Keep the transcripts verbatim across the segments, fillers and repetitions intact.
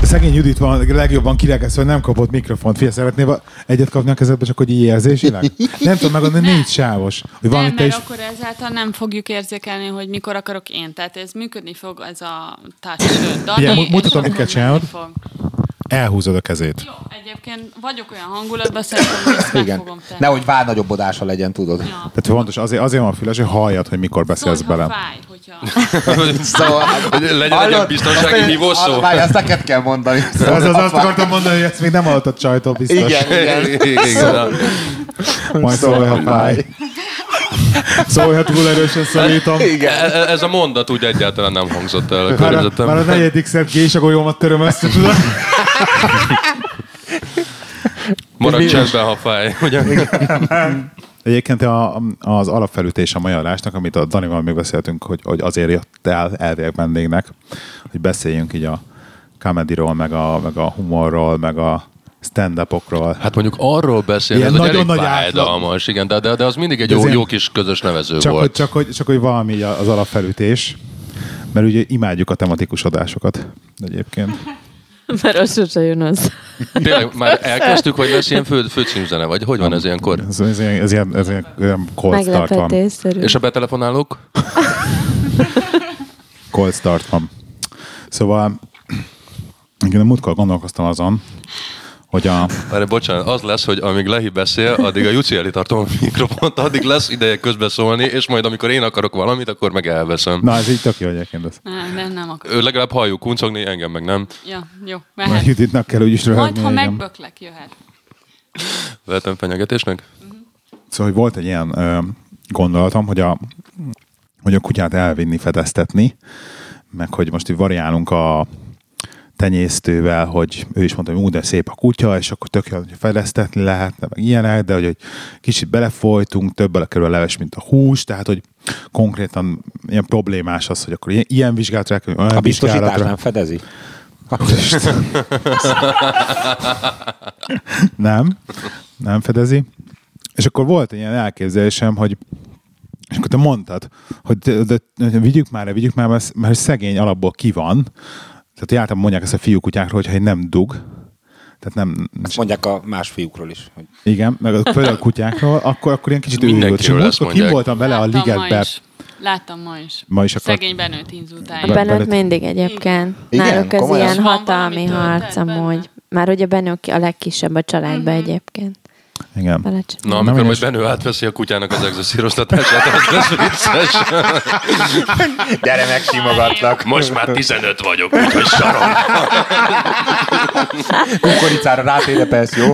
szegény Judit van legjobban kirekesztve, hogy nem kapott mikrofont. Fia, szeretnél egyet kapni a kezedbe, csak hogy így érzésileg? Nem tudom megadni, négy sávos. Hogy nem, mert is... akkor ezáltal nem fogjuk érzékelni, hogy mikor akarok én. Tehát ez működni fog, ez a touch Dani. Ugye, mutatom, mit kell csinálod. Elhúzod a kezét. Jó, egyébként vagyok olyan hangulatban, szerintem, hogy ezt meg fogom tenni. Nehogy várnagyobbodása legyen, tudod. Ja. Tehát fontos, azért, azért van füles, hogy halljad, hogy mikor beszélsz bele. Fáj, hogyha... szóval, hogy legyen egy biztonsági hívó szó. Várj, ezt neked kell mondani. Szóval az, az azt akartam mondani, hogy ezt még nem hallottad Csajtól biztos. Igen, igen. igen. Majd szólj, ha fáj. Szólj, ha túl erősen szorítom. Igen. Ez a mondat úgy egyáltalán nem hangzott el a környezetem. Már a negyedikszer késagolyomat töröm ezt, tudod? Maradj csendben, ha fáj. Egyébként a, az alapfelütés a mai adásnak, amit a Danival még beszéltünk, hogy, hogy azért jött el elvileg vendégnek, hogy beszéljünk így a comedyról, meg a, meg a humorról, meg a stand-upokról. Hát mondjuk arról beszélni, ez elég fájdalmas, igen, de, de, de az mindig egy jó, jó kis közös nevező csak volt. Hogy, csak, hogy, csak hogy valami az alapfelütés, mert ugye imádjuk a tematikus adásokat egyébként. Mert az sose jön az. Tényleg már elkezdtük, hogy lesz ilyen fő, főcímzene, vagy hogy van ez ilyenkor? Ez, ez, ilyen, ez ilyen, ez ilyen, ilyen cold start van. És a betelefonálók? Cold start van. Szóval én a múltkor gondolkoztam azon, hogy a... Erre bocsánat, az lesz, hogy amíg Lehi beszél, addig a Juci elé tartom a mikrofont, addig lesz ideje közbeszólni, és majd amikor én akarok valamit, akkor meg elveszem. Na, ez így tök jó egyébként. Ez. Nem, nem, nem akarok. Ő legalább halljuk kuncogni, engem meg nem. Ja, jó, mehet. Juditnak kell úgyis röhögni. Majd, ha megböklek, jöhet. Vehetem fenyegetésnek? Uh-huh. Szóval, hogy volt egy ilyen ö, gondolatom, hogy a, hogy a kutyát elvinni, fedeztetni, meg hogy most így variálunk a tenyésztővel, hogy ő is mondta, hogy úgy de szép a kutya, és akkor tök jó, hogy fedeztetni lehetne, meg ilyenek, de hogy, hogy kicsit belefolytunk, több belekerül a leves, mint a hús, tehát hogy konkrétan ilyen problémás az, hogy akkor ilyen, ilyen vizsgálatra kell, olyan a biztosítás vizsgálatra. nem fedezi? nem, nem fedezi. És akkor volt egy ilyen elképzelésem, hogy és akkor te mondtad, hogy de, de, de, vigyük már, vigyük már, mert, mert szegény alapból ki van. Tehát általában mondják ezt a fiúkutyákról, hogyha nem dug. Tehát nem... Ezt mondják a más fiúkról is. Hogy... Igen, meg a főleg a kutyákról, akkor, akkor ilyen kicsit őrült. És múltkor kim voltam vele a ligetbe. Láttam ma is. Ma is akar... Szegény Benőt inzultálja. A Benőt mindig egyébként. Igen? Náluk ez Komolyan? ilyen hatalmi harc amúgy. Már ugye Benő a legkisebb a családban uh-huh. egyébként. Igen. Na, amikor nem majd Benő átveszi a kutyának az egzoszíroztatását, az lesz vicces. Gyere, megsimogatlak. Most már tizenöt vagyok, úgyhogy sarom. Kukoricára rátérepelsz, jó?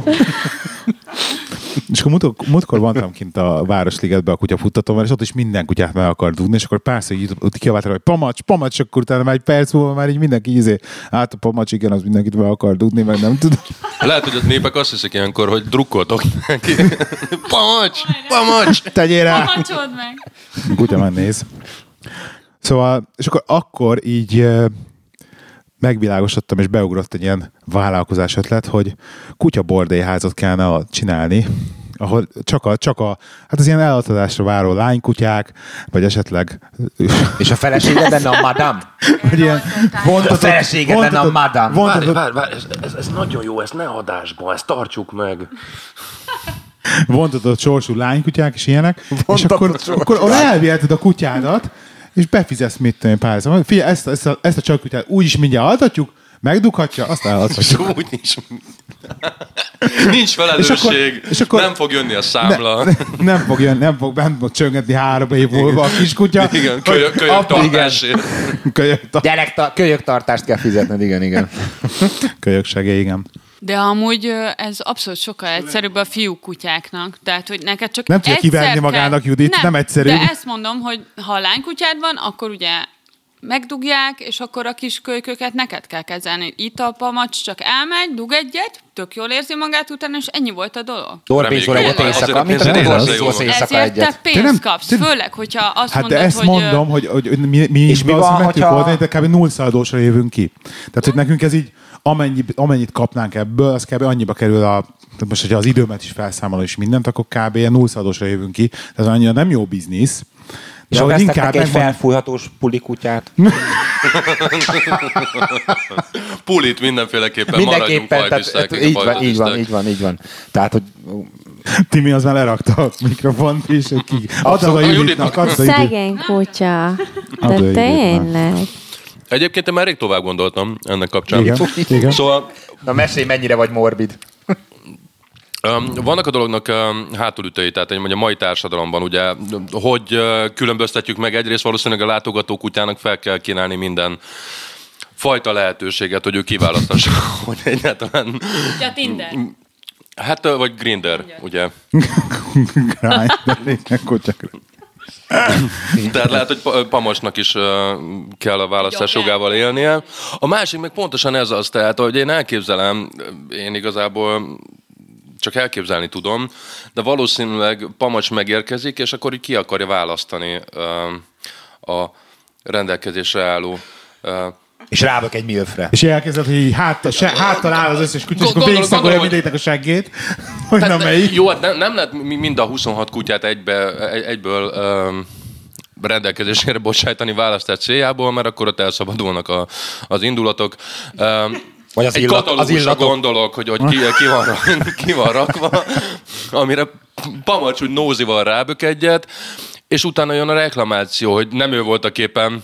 És akkor múltkor, múltkor voltam kint a Városligetben a kutyafuttatóval, és ott is minden kutyát meg akar dugni, és akkor persze így ott kiabáltam, hogy pamacs, pamacs, akkor utána már egy perc múlva már így mindenki ízé, hát a pamacs, igen, az mindenkit meg akar dugni, meg nem tudom. Lehet, hogy a népek azt hiszik ilyenkor, hogy drukkoltok neki. Pamacs, pamacs! Tegyél rá! Pamacsod meg! A kutya már néz. Szóval, és akkor akkor így megvilágosodtam, és beugrott egy ilyen vállalkozás ötlet, hogy kutyabordélyházat kellene csinálni, ahol csak a, csak a, hát az ilyen eladásra váró lánykutyák, vagy esetleg... És a feleséged lenne a madame? Vagy ilyen vontatott, a feleséged lenne a madame? Várj, várj, várj, ez, ez, ez nagyon jó, ezt ne adásban, ezt tartsuk meg. Vontatott sorsú lánykutyák és ilyenek, vontatott és akkor, akkor elviheted a kutyádat, és befizetsz mit tenni pár szóval. Figyelj, ezt, ezt a, ezt a csajkutyát úgyis mindjárt altatjuk, megdughatja, azt eladhatjuk. Úgy is. Nincs felelősség, és akkor, és akkor, nem fog jönni a számla. Ne, nem fog jönni, nem fog bent csöngetni három év múlva a kiskutya. Igen, kölyök, kölyök tartásért. Kölyök tartást kell fizetned, igen, igen. Kölyök segély, igen. De amúgy ez abszolút sokkal egyszerűbb a fiúkutyáknak. Tehát, hogy neked csak nem tudja kiverni magának, Judit, nem, nem egyszerű. De ezt mondom, hogy ha lánykutyád van, akkor ugye megdugják, és akkor a kis kölyköket neked kell kezelni. Itt a pamacs csak elmegy, dug egyet, tök jól érzi magát utána, és ennyi volt a dolog. Dorpénzol egyet éjszaka, mint a dorpénzolsz éjszaka egyet. Ezért te pénzt kapsz, főleg, hogyha azt hát mondod, de ezt hogy... mondom, hogy, hogy mi, mi és mi van, hogyha... oldani, de kb. nullszaladósra jövünk ki. Tehát, hogy nekünk ez így, amennyi, amennyit kapnánk ebből, az kb. Annyiba kerül a... Most, hogyha az időmet is felszámolom és mindent, akkor kb. Nullszaladósra jövünk ki. Tehát annyira nem jó biznisz, És De ahogy vesztek inkább neki egy megmond- felfújhatós pulikutyát. Pulit mindenféleképpen maradjunk Mindenképpen, tehát, fajtiszták. így van, így van, így van, így van. Tehát, hogy Timi az már lerakta a mikrofont is, hogy ki... Add az a Juditnak, add az a Judit. Szegény kutya. Add a De Juditnak. tényleg. Egyébként én már rég tovább gondoltam ennek kapcsán. Igen, igen. Szóval na mesélj, mennyire vagy morbid. Um, vannak a dolognak um, hátulütői, tehát egy, a mai társadalomban, ugye, hogy uh, különböztetjük meg, egyrészt valószínűleg a látogatókutyának fel kell kínálni minden fajta lehetőséget, hogy ő kiválasztassa, hogy egyáltalán... Ja, Tinder. Hát, uh, vagy Grindr, ugye. Grindr, kutyakra. Tehát lehet, hogy pa- Pamosnak is uh, kell a választás Jobb jogával élnie. A másik meg pontosan ez az, tehát, hogy én elképzelem, én igazából csak elképzelni tudom, de valószínűleg Pamacs megérkezik, és akkor így ki akarja választani uh, a rendelkezésre álló uh, És rábök egy milfre. És elkezdett, hogy így háttal, se, háttal áll az összes kutya, és akkor Gondolom, végigszagolja gondolom, mindegyiknek a seggét, hogy Tehát, na melyik. Jó, hát nem, nem lehet mi- mind a huszonhat kutyát egybe, egy, egyből um, rendelkezésére bocsájtani választás céljából, mert akkor ott elszabadulnak a, az indulatok. Um, Vagy az egy illat- az katalógusra illatok. gondolok, hogy, hogy ki, ki, van, ki van rakva, amire Pamacs úgy nózival rábök egyet, és utána jön a reklamáció, hogy nem ő volt a képen.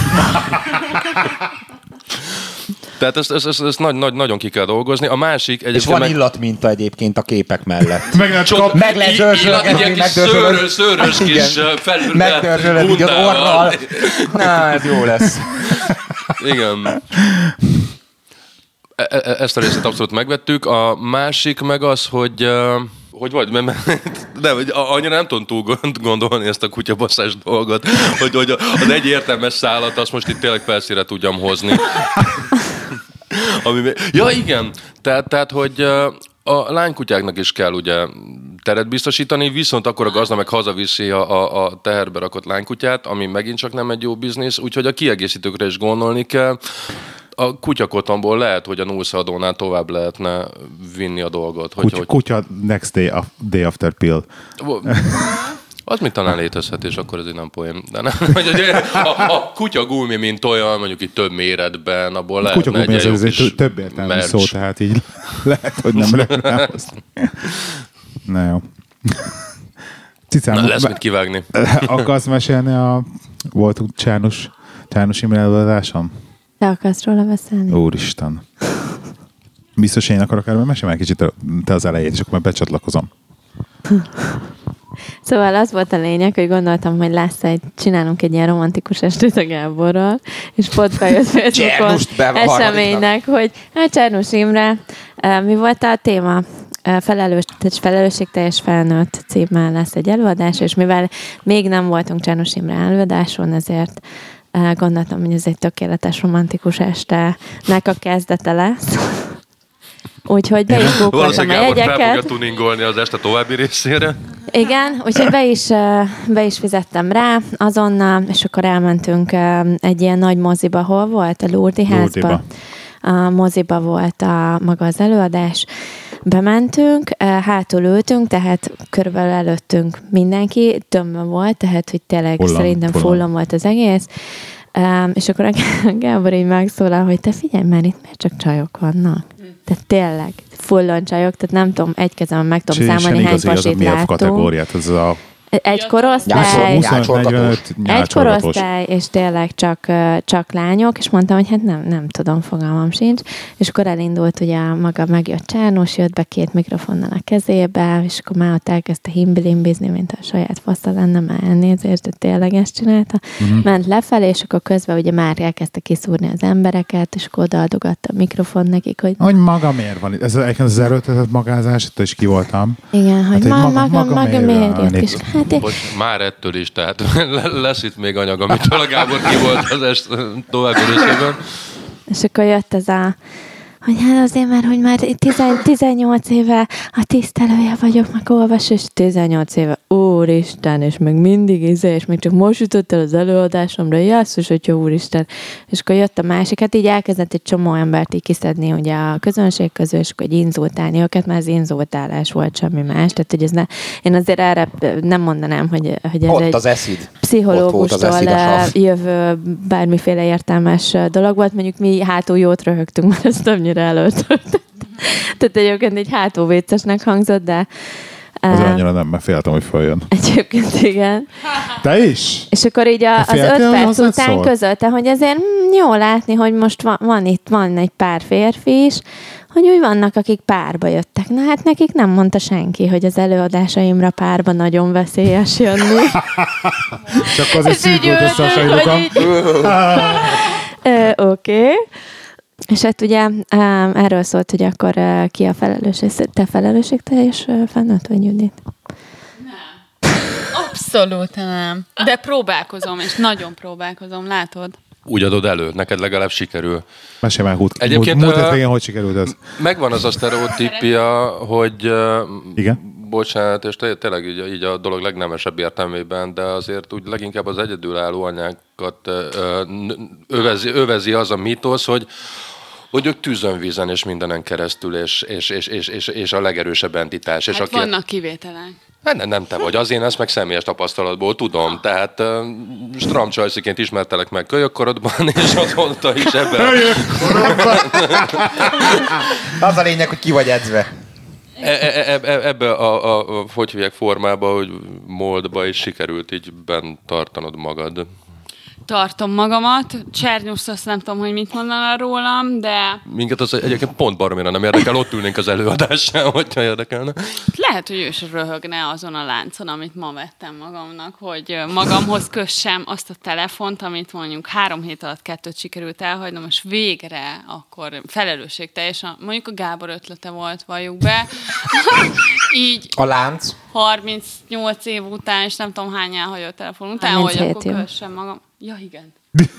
Tehát ezt, ezt, ezt, ezt nagy, nagy, nagyon ki kell dolgozni. A másik És egyébként van meg... illatminta egyébként a képek mellett. Meg lehet Csont- kap... Meg lehet í- dörzsölgetni, illat- ilyen kis megdörzsölöd. szőrös, szőrös Igen. kis uh, felületet Megdörzsölöd így az bundával. orral. Na, ez jó lesz. Igen. E- e- ezt a részét abszolút megvettük. A másik meg az, hogy... uh, hogy vagy, mert, mert de, hogy annyira nem tudom túl gond- gondolni ezt a kutyabasszás dolgot, hogy, hogy az egy értelmes szállat azt most itt tényleg felszíre tudjam hozni. Ami, ja, igen. Tehát, tehát, hogy a lánykutyáknak is kell ugye teret biztosítani, viszont akkor a gazda meg hazaviszi a, a, a teherbe rakott lánykutyát, ami megint csak nem egy jó biznisz, úgyhogy a kiegészítőkre is gondolni kell. A kutyakotonból lehet, hogy a nullszadónál tovább lehetne vinni a dolgot. Hogy, Kutya, hogy, kutya next day, af, day after pill. az mit talán létezhet, és akkor ez egy nem poém. De nem, hogy a, a kutyagumi, mint olyan, mondjuk itt több méretben, abból lehetne Kutyagumi egy ez jó azért kis több értelmű merch. szó, tehát így lehet, hogy nem reklámozni. Na jó. Cicám, Na, lesz mit kivágni. akarsz mesélni a voltunk Csánus, Csánus Imre előadáson? Te akarsz róla beszélni? Úristen. Biztos én akarok erről mesélni egy kicsit te az elejét, és akkor majd becsatlakozom. Szóval az volt a lényeg, hogy gondoltam, hogy lesz egy, csinálunk egy ilyen romantikus estét a Gáborral, és pont bejött Facebookon Csernust be a eseménynek, hogy hát Csernus Imre, eh, mi volt a téma? Eh, Felelős, tehát felelősségteljes felnőtt címmel lesz egy előadás, és mivel még nem voltunk Csernus Imre előadáson, ezért eh, gondoltam, hogy ez egy tökéletes romantikus estének a kezdete lesz. Úgyhogy be is bukkoltam a Valószínűleg Gábor fel fogja jegyeket. tuningolni az este további részére. Igen, úgyhogy be is, eh, be is fizettem rá azonnal, és akkor elmentünk eh, egy ilyen nagy moziba, hol volt? A Lourdi házba. Lourdiba. A moziba volt a maga az előadás. Bementünk, eh, hátul ültünk, tehát körülbelül előttünk mindenki, tömve volt, tehát hogy tényleg Fullan, szerintem fullan. fullan volt az egész. Um, és akkor a Gábor így megszólal, hogy te figyelj, mert itt miért csak csajok vannak? Tehát tényleg, fullon csajok, tehát nem tudom, egy kezemben meg tudom Csinálni számolni, hány igazi, az a pasit mi a láttunk. kategóriát, ez a Egy korosztály, Nyászol- huszonöt negyvenöt egy nyálcsorgatós. korosztály, és tényleg csak, ö, csak lányok, és mondtam, hogy hát nem, nem tudom, fogalmam sincs. És akkor elindult ugye maga, megjött Csárnus, jött be két mikrofonnal a kezébe, és akkor már ott elkezdte himbilimbizni, mint a saját fasza lenne, már elnézést, de tényleg ezt csinálta. Uh-huh. Ment lefelé, és akkor közben ugye már elkezdte kiszúrni az embereket, és akkor odaadogatta a mikrofon nekik, hogy Hogy maga miért van itt? Ez egyébként az erőltetett magázás, itt is ki voltam. igen, hogy Hát, hogy ma, maga- maga, maga, maga maga miért miért jött van is. itt? Hát én, Bocs, már ettől is, tehát lesz itt még anyag, amitől a Gábor ki volt az est további részében. és akkor jött ez a hogy hát azért, mert hogy már tizennyolc éve a tisztelője vagyok, meg olvas, és tizennyolc éve, úristen, és meg mindig izé, és még csak most jutott el az előadásomra, jásszus, hogyha úristen. És akkor jött a másik, hát így elkezdett egy csomó embert így kiszedni ugye a közönség közül, és akkor inzultálni őket, mert az inzultálás volt semmi más. Tehát, hogy ez ne, én azért erre nem mondanám, hogy, hogy ez ott egy az eszid. pszichológustól jövő bármiféle értelmes dolog volt. Mondjuk mi hátul jót röhögtünk, mert ez többnyire előtt. Tehát egyébként egy hátul viccesnek hangzott, de az uh, annyira nem, mert féltem, hogy följön. Egyébként igen. Te is? És akkor így a, az öt perc után közölte, hogy azért hm, jó látni, hogy most van, van itt van egy pár férfi is, hogy úgy vannak, akik párba jöttek. Na hát nekik nem mondta senki, hogy az előadásaimra párba nagyon veszélyes jönni. Csak azért szűkült összehasonlítom. Oké. Okay. És hát ugye erről szólt, hogy akkor ki a felelősség. Te felelősségteljes felnőtt vagy, Judit? Nem. Abszolút nem. De próbálkozom, és nagyon próbálkozom, látod? Úgy adod elő, neked legalább sikerül. Mesélj már, hút, Egyébként, múlt, múlt végén hogy sikerült ez? Megvan az a sztereotípia, hogy igen? Bocsánat, és tényleg így, így a dolog legnemesebb értelmében, de azért úgy leginkább az egyedülálló anyákat övezi, övezi az a mítosz, hogy hogy ők tűzön, vízen és mindenen keresztül, és, és, és, és, és, és a legerősebb entitás. Hát és aki... vannak kivételek. Hát nem, nem te vagy, az én ezt meg személyes tapasztalatból tudom. Tehát uh, Stram Csajsziként ismertelek meg kölyökkorodban, és azóta is ebben. Az a lényeg, hogy ki vagy edzve. E, e, e, ebbe a, a, a hogy hívják formába, hogy moldba is sikerült így bent tartanod magad. Tartom magamat. Csernyusz, azt nem tudom, hogy mit mondaná rólam, de... Minket az egyébként pont baromira nem érdekel, ott ülnénk az előadásán, hogyha érdekelne. Lehet, hogy ő is röhögne azon a láncon, amit ma vettem magamnak, hogy magamhoz kössem azt a telefont, amit mondjuk három hét alatt kettőt sikerült elhagynom, és végre akkor felelősségteljesen, mondjuk a Gábor ötlete volt, valljuk be. Így a lánc. harmincnyolc év után, és nem tudom hány elhagyott telefon után, hogy akkor jó. Kössem magam. Ja, igen.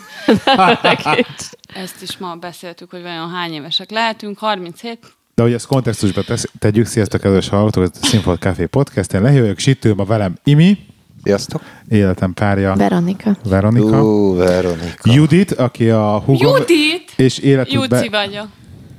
Ezt is ma beszéltük, hogy vajon hány évesek lehetünk, harminchét. De hogy ezt kontextusba tesz, tegyük, sziasztok, kedves hallgatók, ez a Színfolt Café Podcast, én lehívjuk, Sittő, ma velem Imi. Sziasztok. Életem párja. Veronika. Veronika. Ú, Veronika. Judit, aki a húgom. Judit! És életükbe... Juci vagyok.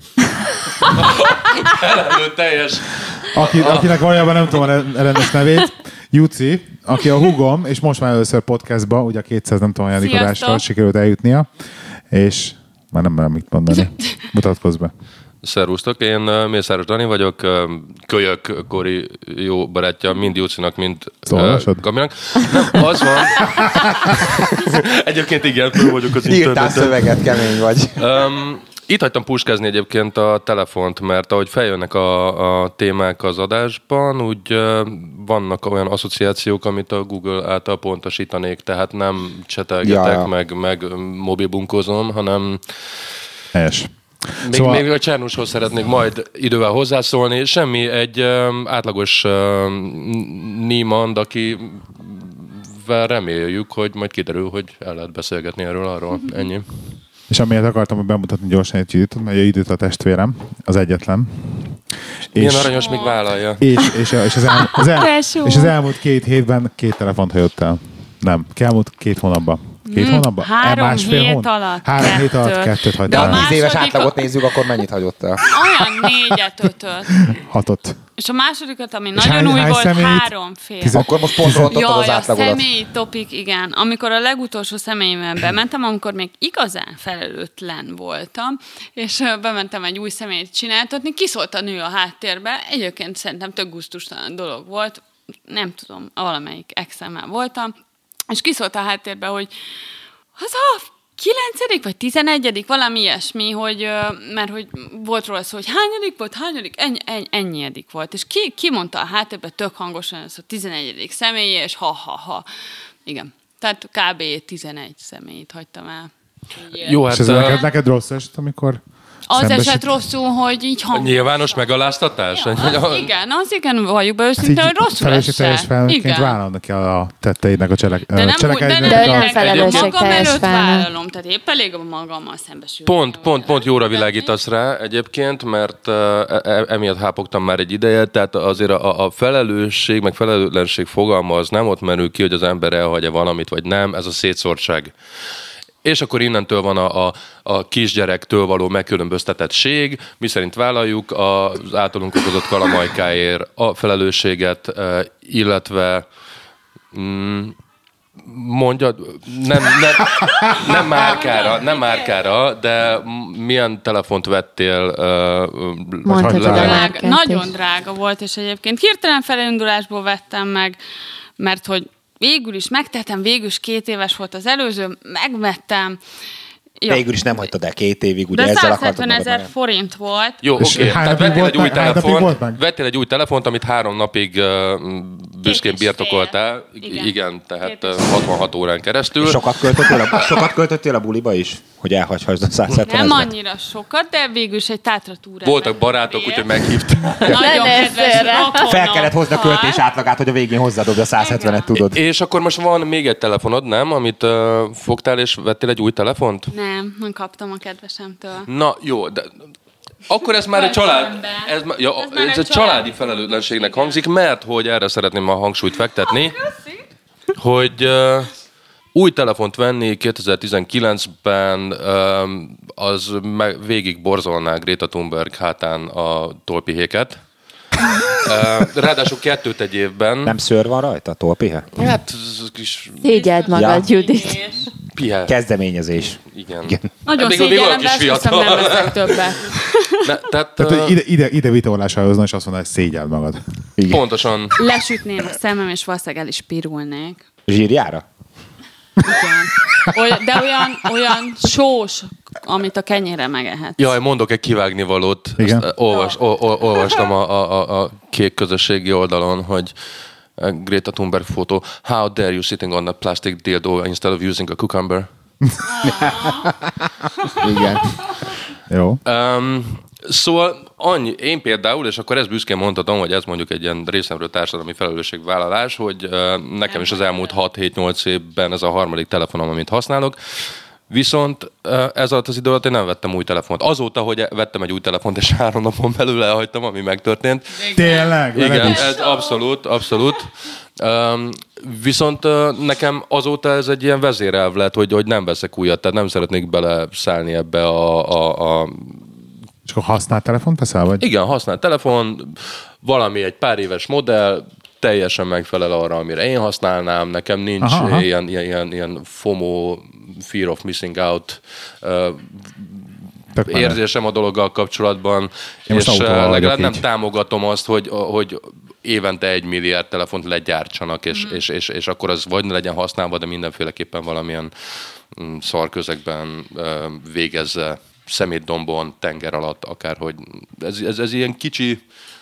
Elelő teljes. Aki, akinek valójában nem tudom a rendes nevét. Juci, aki a húgom, és most már először podcastba, ugye a kétszáz nem tudom, olyan adásra sikerült eljutnia, és már nem merem mit mondani. Mutatkozz be. Szervusztok, én Mészáros Dani vagyok, kölyök kori jó barátja mind Jucinak, mind Szolvasod? Gabinak. Nem, az van. Egyébként igen, föl vagyok az interneten. Írtál szöveget, kemény vagy. Um, Itt hagytam puskázni egyébként a telefont, mert ahogy feljönnek a, a témák az adásban, úgy uh, vannak olyan asszociációk, amit a Google által pontosítanék, tehát nem csetelgetek, ja, ja. meg, meg mobilbunkózom, hanem... Helyes. Még, szóval... még a Csernushoz szeretnék majd idővel hozzászólni. Semmi, egy um, átlagos um, Niemand, akivel reméljük, hogy majd kiderül, hogy el lehet beszélgetni erről, arról. Ennyi. És amiért akartam bemutatni gyorsan egy Juditot, mert a Judit a testvérem, az egyetlen. Milyen és, aranyos, még vállalja. És, és, és, az el, az el, és az elmúlt két hétben két telefont hagyott el. Nem, elmúlt két hónapban. Két hmm, hónapban? Három Másfél hét hón? alatt Három kettőt. hét alatt kettőt hagyott el. De el. a tíz éves átlagot nézzük, akkor mennyit hagyott el? Olyan négyet, ötöt. Hatot. És a másodikat, ami és nagyon hány, új hány volt, személyt? három fél. Tizen... Akkor most pont rontottad az átlagodat. Jaj, a személyi topik, igen. Amikor a legutolsó személyemben bementem, amikor még igazán felelőtlen voltam, és bementem egy új személyt csináltatni, kiszólt a nő a háttérbe. Egyébként szerintem tök gusztustalan dolog volt. Nem tudom, valamelyik exemmel voltam. És kiszólt a háttérbe, hogy az a kilencedik vagy tizenegyedik, valami ilyesmi, hogy, mert hogy volt róla szó, hogy hányadik volt, hányadik, ennyi, ennyi, ennyiedig volt. És ki, ki mondta a háttérbe tök hangosan, ez a tizenegyedik személy, és ha-ha-ha. Igen. Tehát kb. tizenegy személyt hagytam el. Jó, hát... És ez uh... neked, neked rossz est, amikor Az Szembesít- esett rosszul, hogy így A hang. nyilvános megaláztatás? Ja, az, igen, az igen, valljuk be őszintén, hogy rosszul felelősségteljes esett. felnőttként Igen. vállalnak kell a tetteidnek a cselek... De nem, úgy, de cselekedeidnek nem, De a- nem felelősségteljes magam előtt felnőtt. vállalom, tehát épp elég magammal szembesülni. Pont, pont, pont jóra világítasz rá egyébként, mert uh, e- emiatt hápogtam már egy ideje, tehát azért a, a felelősség, meg felelőtlenség fogalma az nem ott merül ki, hogy az ember elhagyja valamit, vagy nem, ez a szétszórtság. És akkor innentől van a, a, a kisgyerektől való megkülönböztetettség, miszerint vállaljuk az általunk okozott kalamajkáért a felelősséget, eh, illetve mm, mondja, nem, nem, nem márkára, nem márkára, de milyen telefont vettél? Uh, Mondhatod hagyj a rá. márkát Drága, nagyon is. drága volt, és egyébként hirtelen felindulásból vettem meg, mert hogy végül is megtettem, végül is két éves volt az előző, megvettem. Ja. Végül is nem hagytad el két évig, ugye De ezzel akartad százhetven magad ezer magad. forint volt. Jó, És oké. hány Tehát napig vettél volt egy új meg? Hány napig volt telefont, meg? vettél egy új telefont, amit három napig uh, büszkén Két és birtokoltál. fél. Igen, Igen. tehát Két és uh, hatvanhat órán keresztül. És sokat költöttél, a, sokat költöttél a buliba is? Hogy elhagyhassd a száz hetven Nem ezret? annyira sokat, de végül is egy Tátra túrát. Voltak vettem barátok, vér. úgyhogy meghívták. Nagyon Ne kedves nézzél rá. rokonok. Fel kellett hozni a költés Hát, átlagát, hogy a végén hozzádobd a száz hetvenet, tudod. És akkor most van még egy telefonod, nem? Amit uh, fogtál és vettél egy új telefont? Nem, nem kaptam a kedvesemtől. Na, jó, de akkor ez már egy család, Szemben. ez, ma- ja, Ez ez, már ez egy egy családi családi felelőtlenségnek igen. hangzik, mert hogy erre szeretném a hangsúlyt fektetni, hogy uh, új telefont venni kétezer-tizenkilencben um, az meg végig borzolná Greta Thunberg hátán a tolpihéket. Uh, ráadásul kettőt egy évben. Nem szőr van rajta, tolpihe? Hát, ez kis Szégyeld magad, Ja. Judit. pihe. Kezdeményezés. Igen. Igen. Nagyon Még- még olyan szégyellem, de kis ezt hiszem nem fiatal. veszek többet. Ne, tehát, Tehát, uh, hogy ide, ide, ide vitorlásra hozna, és azt mondja, hogy szégyeld magad. Igen. pontosan. Lesütném a szemem, és valószínűleg el is pirulnék. Zsírjára? Igen. Olyan, de olyan, olyan sós, amit a kenyére megehet. Jaj, mondok egy kivágni valót. Igen. Ezt, uh, olvas, ol, ol, olvastam a, a, a, a kék közösségi oldalon, hogy uh, Greta Thunberg fotó. How dare you sitting on a plastic dildo instead of using a cucumber? Igen. Jó. Um, szóval annyi, én például, és akkor ezt büszkén mondhatom, hogy ez mondjuk egy ilyen részemről társadalmi felelősségvállalás, hogy uh, nekem is az elmúlt hat-hét-nyolc évben ez a harmadik telefonom, amit használok. Viszont uh, ez alatt az idő alatt én nem vettem új telefont. Azóta, hogy vettem egy új telefont, és három napon belül elhagytam, ami megtörtént. Tényleg? Veled Igen, is? ez abszolút, abszolút. Um, viszont uh, nekem azóta ez egy ilyen vezérelv lett, hogy, hogy nem veszek újat, tehát nem szeretnék beleszállni ebbe a, a, a És akkor használt telefont veszel, vagy? igen, használt telefon, valami egy pár éves modell, teljesen megfelel arra, amire én használnám, nekem nincs Aha, aha. ilyen, ilyen, ilyen, ilyen FOMO, fear of missing out uh, Tök menő. érzésem a dologgal kapcsolatban, Én most és autóval uh, vagyok legalább nem így. támogatom azt, hogy, hogy évente egy milliárd telefont legyártsanak, és, mm. és, és, és akkor az vagy ne legyen használva, de mindenféleképpen valamilyen mm, szarközegben uh, végezze, szemétdombon, tenger alatt, akárhogy. Ez, ez, ez ilyen kicsi,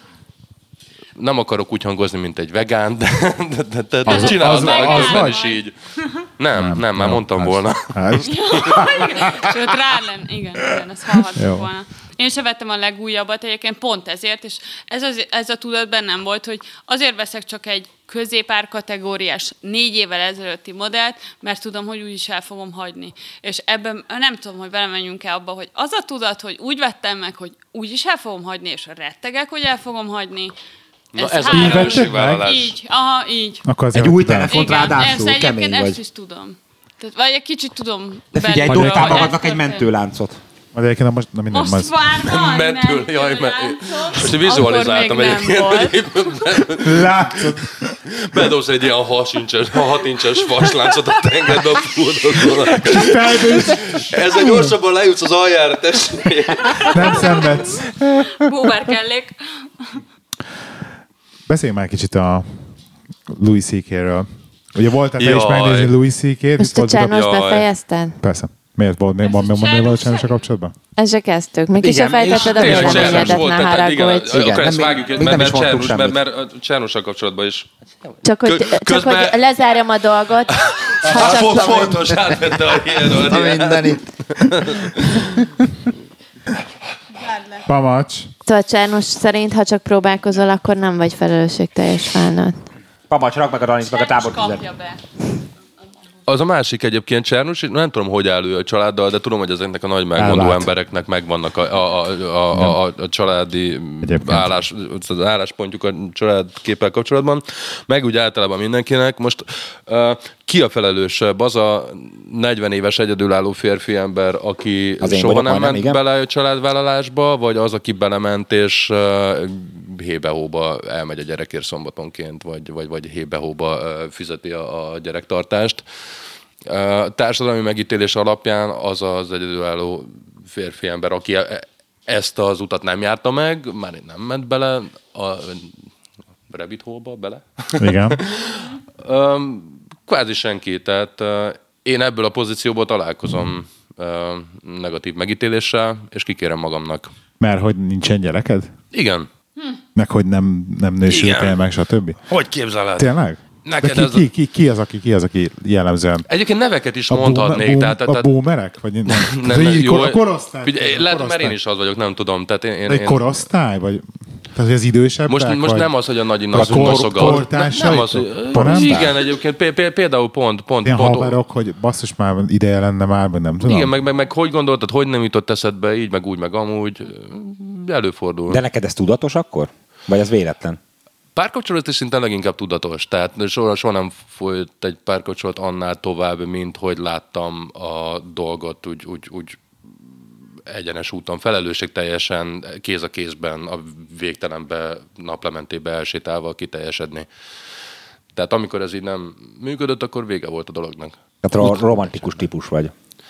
nem akarok úgy hangozni, mint egy vegán, de, de, de, de, de Az- csinálod az- már az közben vagy? is így. Nem, nem, nem már Jó, mondtam hát- volna. hát- Sőt, rá lenne. Igen, igen, ezt hallhattuk Jó. volna. Én sem vettem a legújabbat egyébként pont ezért, és ez, az, ez a tudat bennem volt, hogy azért veszek csak egy középár kategóriás négy évvel ezelőtti modellt, mert tudom, hogy úgyis el fogom hagyni. És ebben nem tudom, hogy belemenjünk el abba, hogy az a tudat, hogy úgy vettem meg, hogy úgyis el fogom hagyni, és rettegek, hogy el fogom hagyni. Na ez a három- felelősségvállalás. Így, aha, így. Akkor azért Egy új vettem. telefont Igen, ráadásul, ezt kemény egyébként ezt vagy. is tudom. Tehát, vagy egy kicsit tudom. De figyelj, belülről, dobtál hogy ez magadnak egy történt. mentőláncot. Majd egyébként most, na minden, Most majd... már van Mentől, jaj, mert most vizualizáltam Akkor még nem egyébként, volt. hogy Látszod. bedobsz egy ilyen hat incses, hat incses vasláncot a tengerbe a fúdodon. Ezzel gyorsabban lejutsz az aljára, tessék. Nem szenvedsz. Búvár kellék. Beszéljünk már kicsit a Louis cé ká-ről. Ugye voltál te is Jaj. megnézni Louis cé ká-t? Most a Csernos Jaj. befejezted? Persze. Miért volt? Miért van Ez még a van a Csernos Csernossal kapcsolatban? Ez se kezdtük. Még ki Igen, se fejtetted a és Tényleg Tényleg Csernos véleményedet, volt, ne tehát igen, haragudj. akkor Igen, ezt nem- vágjuk, még mert, nem mert, is mondtunk Csernos, mert, semmit. mert a Csernossal kapcsolatban is. Csak hogy, Kö- csak közben- hogy lezárjam a dolgot. Ha Hát, csak fontos, átvette a A hírről. mindenit. Pamacs. Szóval Csernus szerint, ha csak próbálkozol, akkor nem vagy felelősségteljes felnőtt. Pamacs, rakd meg a Danit, meg a tábortüzet. kapja be. Az a másik egyébként Csernus, nem tudom, hogy áll ő a családdal, de tudom, hogy ezeknek a nagy megmondó Elvált. embereknek megvannak a, a, a, a, a, a családi állás, az álláspontjuk a családképpel kapcsolatban, meg úgy általában mindenkinek. Most uh, ki a felelősebb? Az a negyven éves egyedülálló férfi ember, aki Az én soha vagyok, nem majdnem, ment igen. bele a családvállalásba, vagy az, aki belement és uh, hébe-hóba elmegy a gyerekért szombatonként, vagy, vagy, vagy hébe-hóba uh, fizeti a, a gyerektartást. Uh, társadalmi megítélés alapján az az egyedülálló férfi ember, aki e- ezt az utat nem járta meg, már nem ment bele a rabbit hole-ba bele. Igen. um, kvázi senki, tehát uh, én ebből a pozícióból találkozom uh, negatív megítéléssel, és kikérem magamnak. Mert hogy nincsen gyereked? Igen. Meg hogy nem, nem nősültél Igen. meg, stb. Hogy képzeled? Tényleg? Neked De ez ki, ki, ki, ki, az, aki, ki az, aki jellemzően? Egyébként neveket is A mondhatnék. boom- tehát, boom- tehát, a boomerek? Vagy nem? nem, Tehát nem, így jó, kor- a korosztály. Figyelj, a lehet, mert korosztály. én is az vagyok, nem tudom. Tehát én, én, Egy én, korosztály? Vagy, tehát, hogy az idősebbek? most, most vagy? nem az, hogy a nagy A nagy kor- noszogat. kortársai? Nem az, hogy, Korosztály? igen, egyébként pé- pé- például pont, pont, Ilyen pont haverok, hogy basszus már ideje lenne már, vagy nem tudom. igen, meg, meg, meg hogy gondoltad, hogy nem jutott eszedbe így, meg úgy, meg amúgy, előfordul. De neked ez tudatos akkor? Vagy ez véletlen? Párkapcsolat is szinten leginkább tudatos, tehát soha, soha nem folyt egy párkapcsolat annál tovább, mint hogy láttam a dolgot úgy, úgy, úgy egyenes úton, felelősségteljesen, kéz a kézben, a végtelenbe, naplementébe elsétálva kiteljesedni. Tehát amikor ez így nem működött, akkor vége volt a dolognak. Tehát ro- romantikus típus vagy.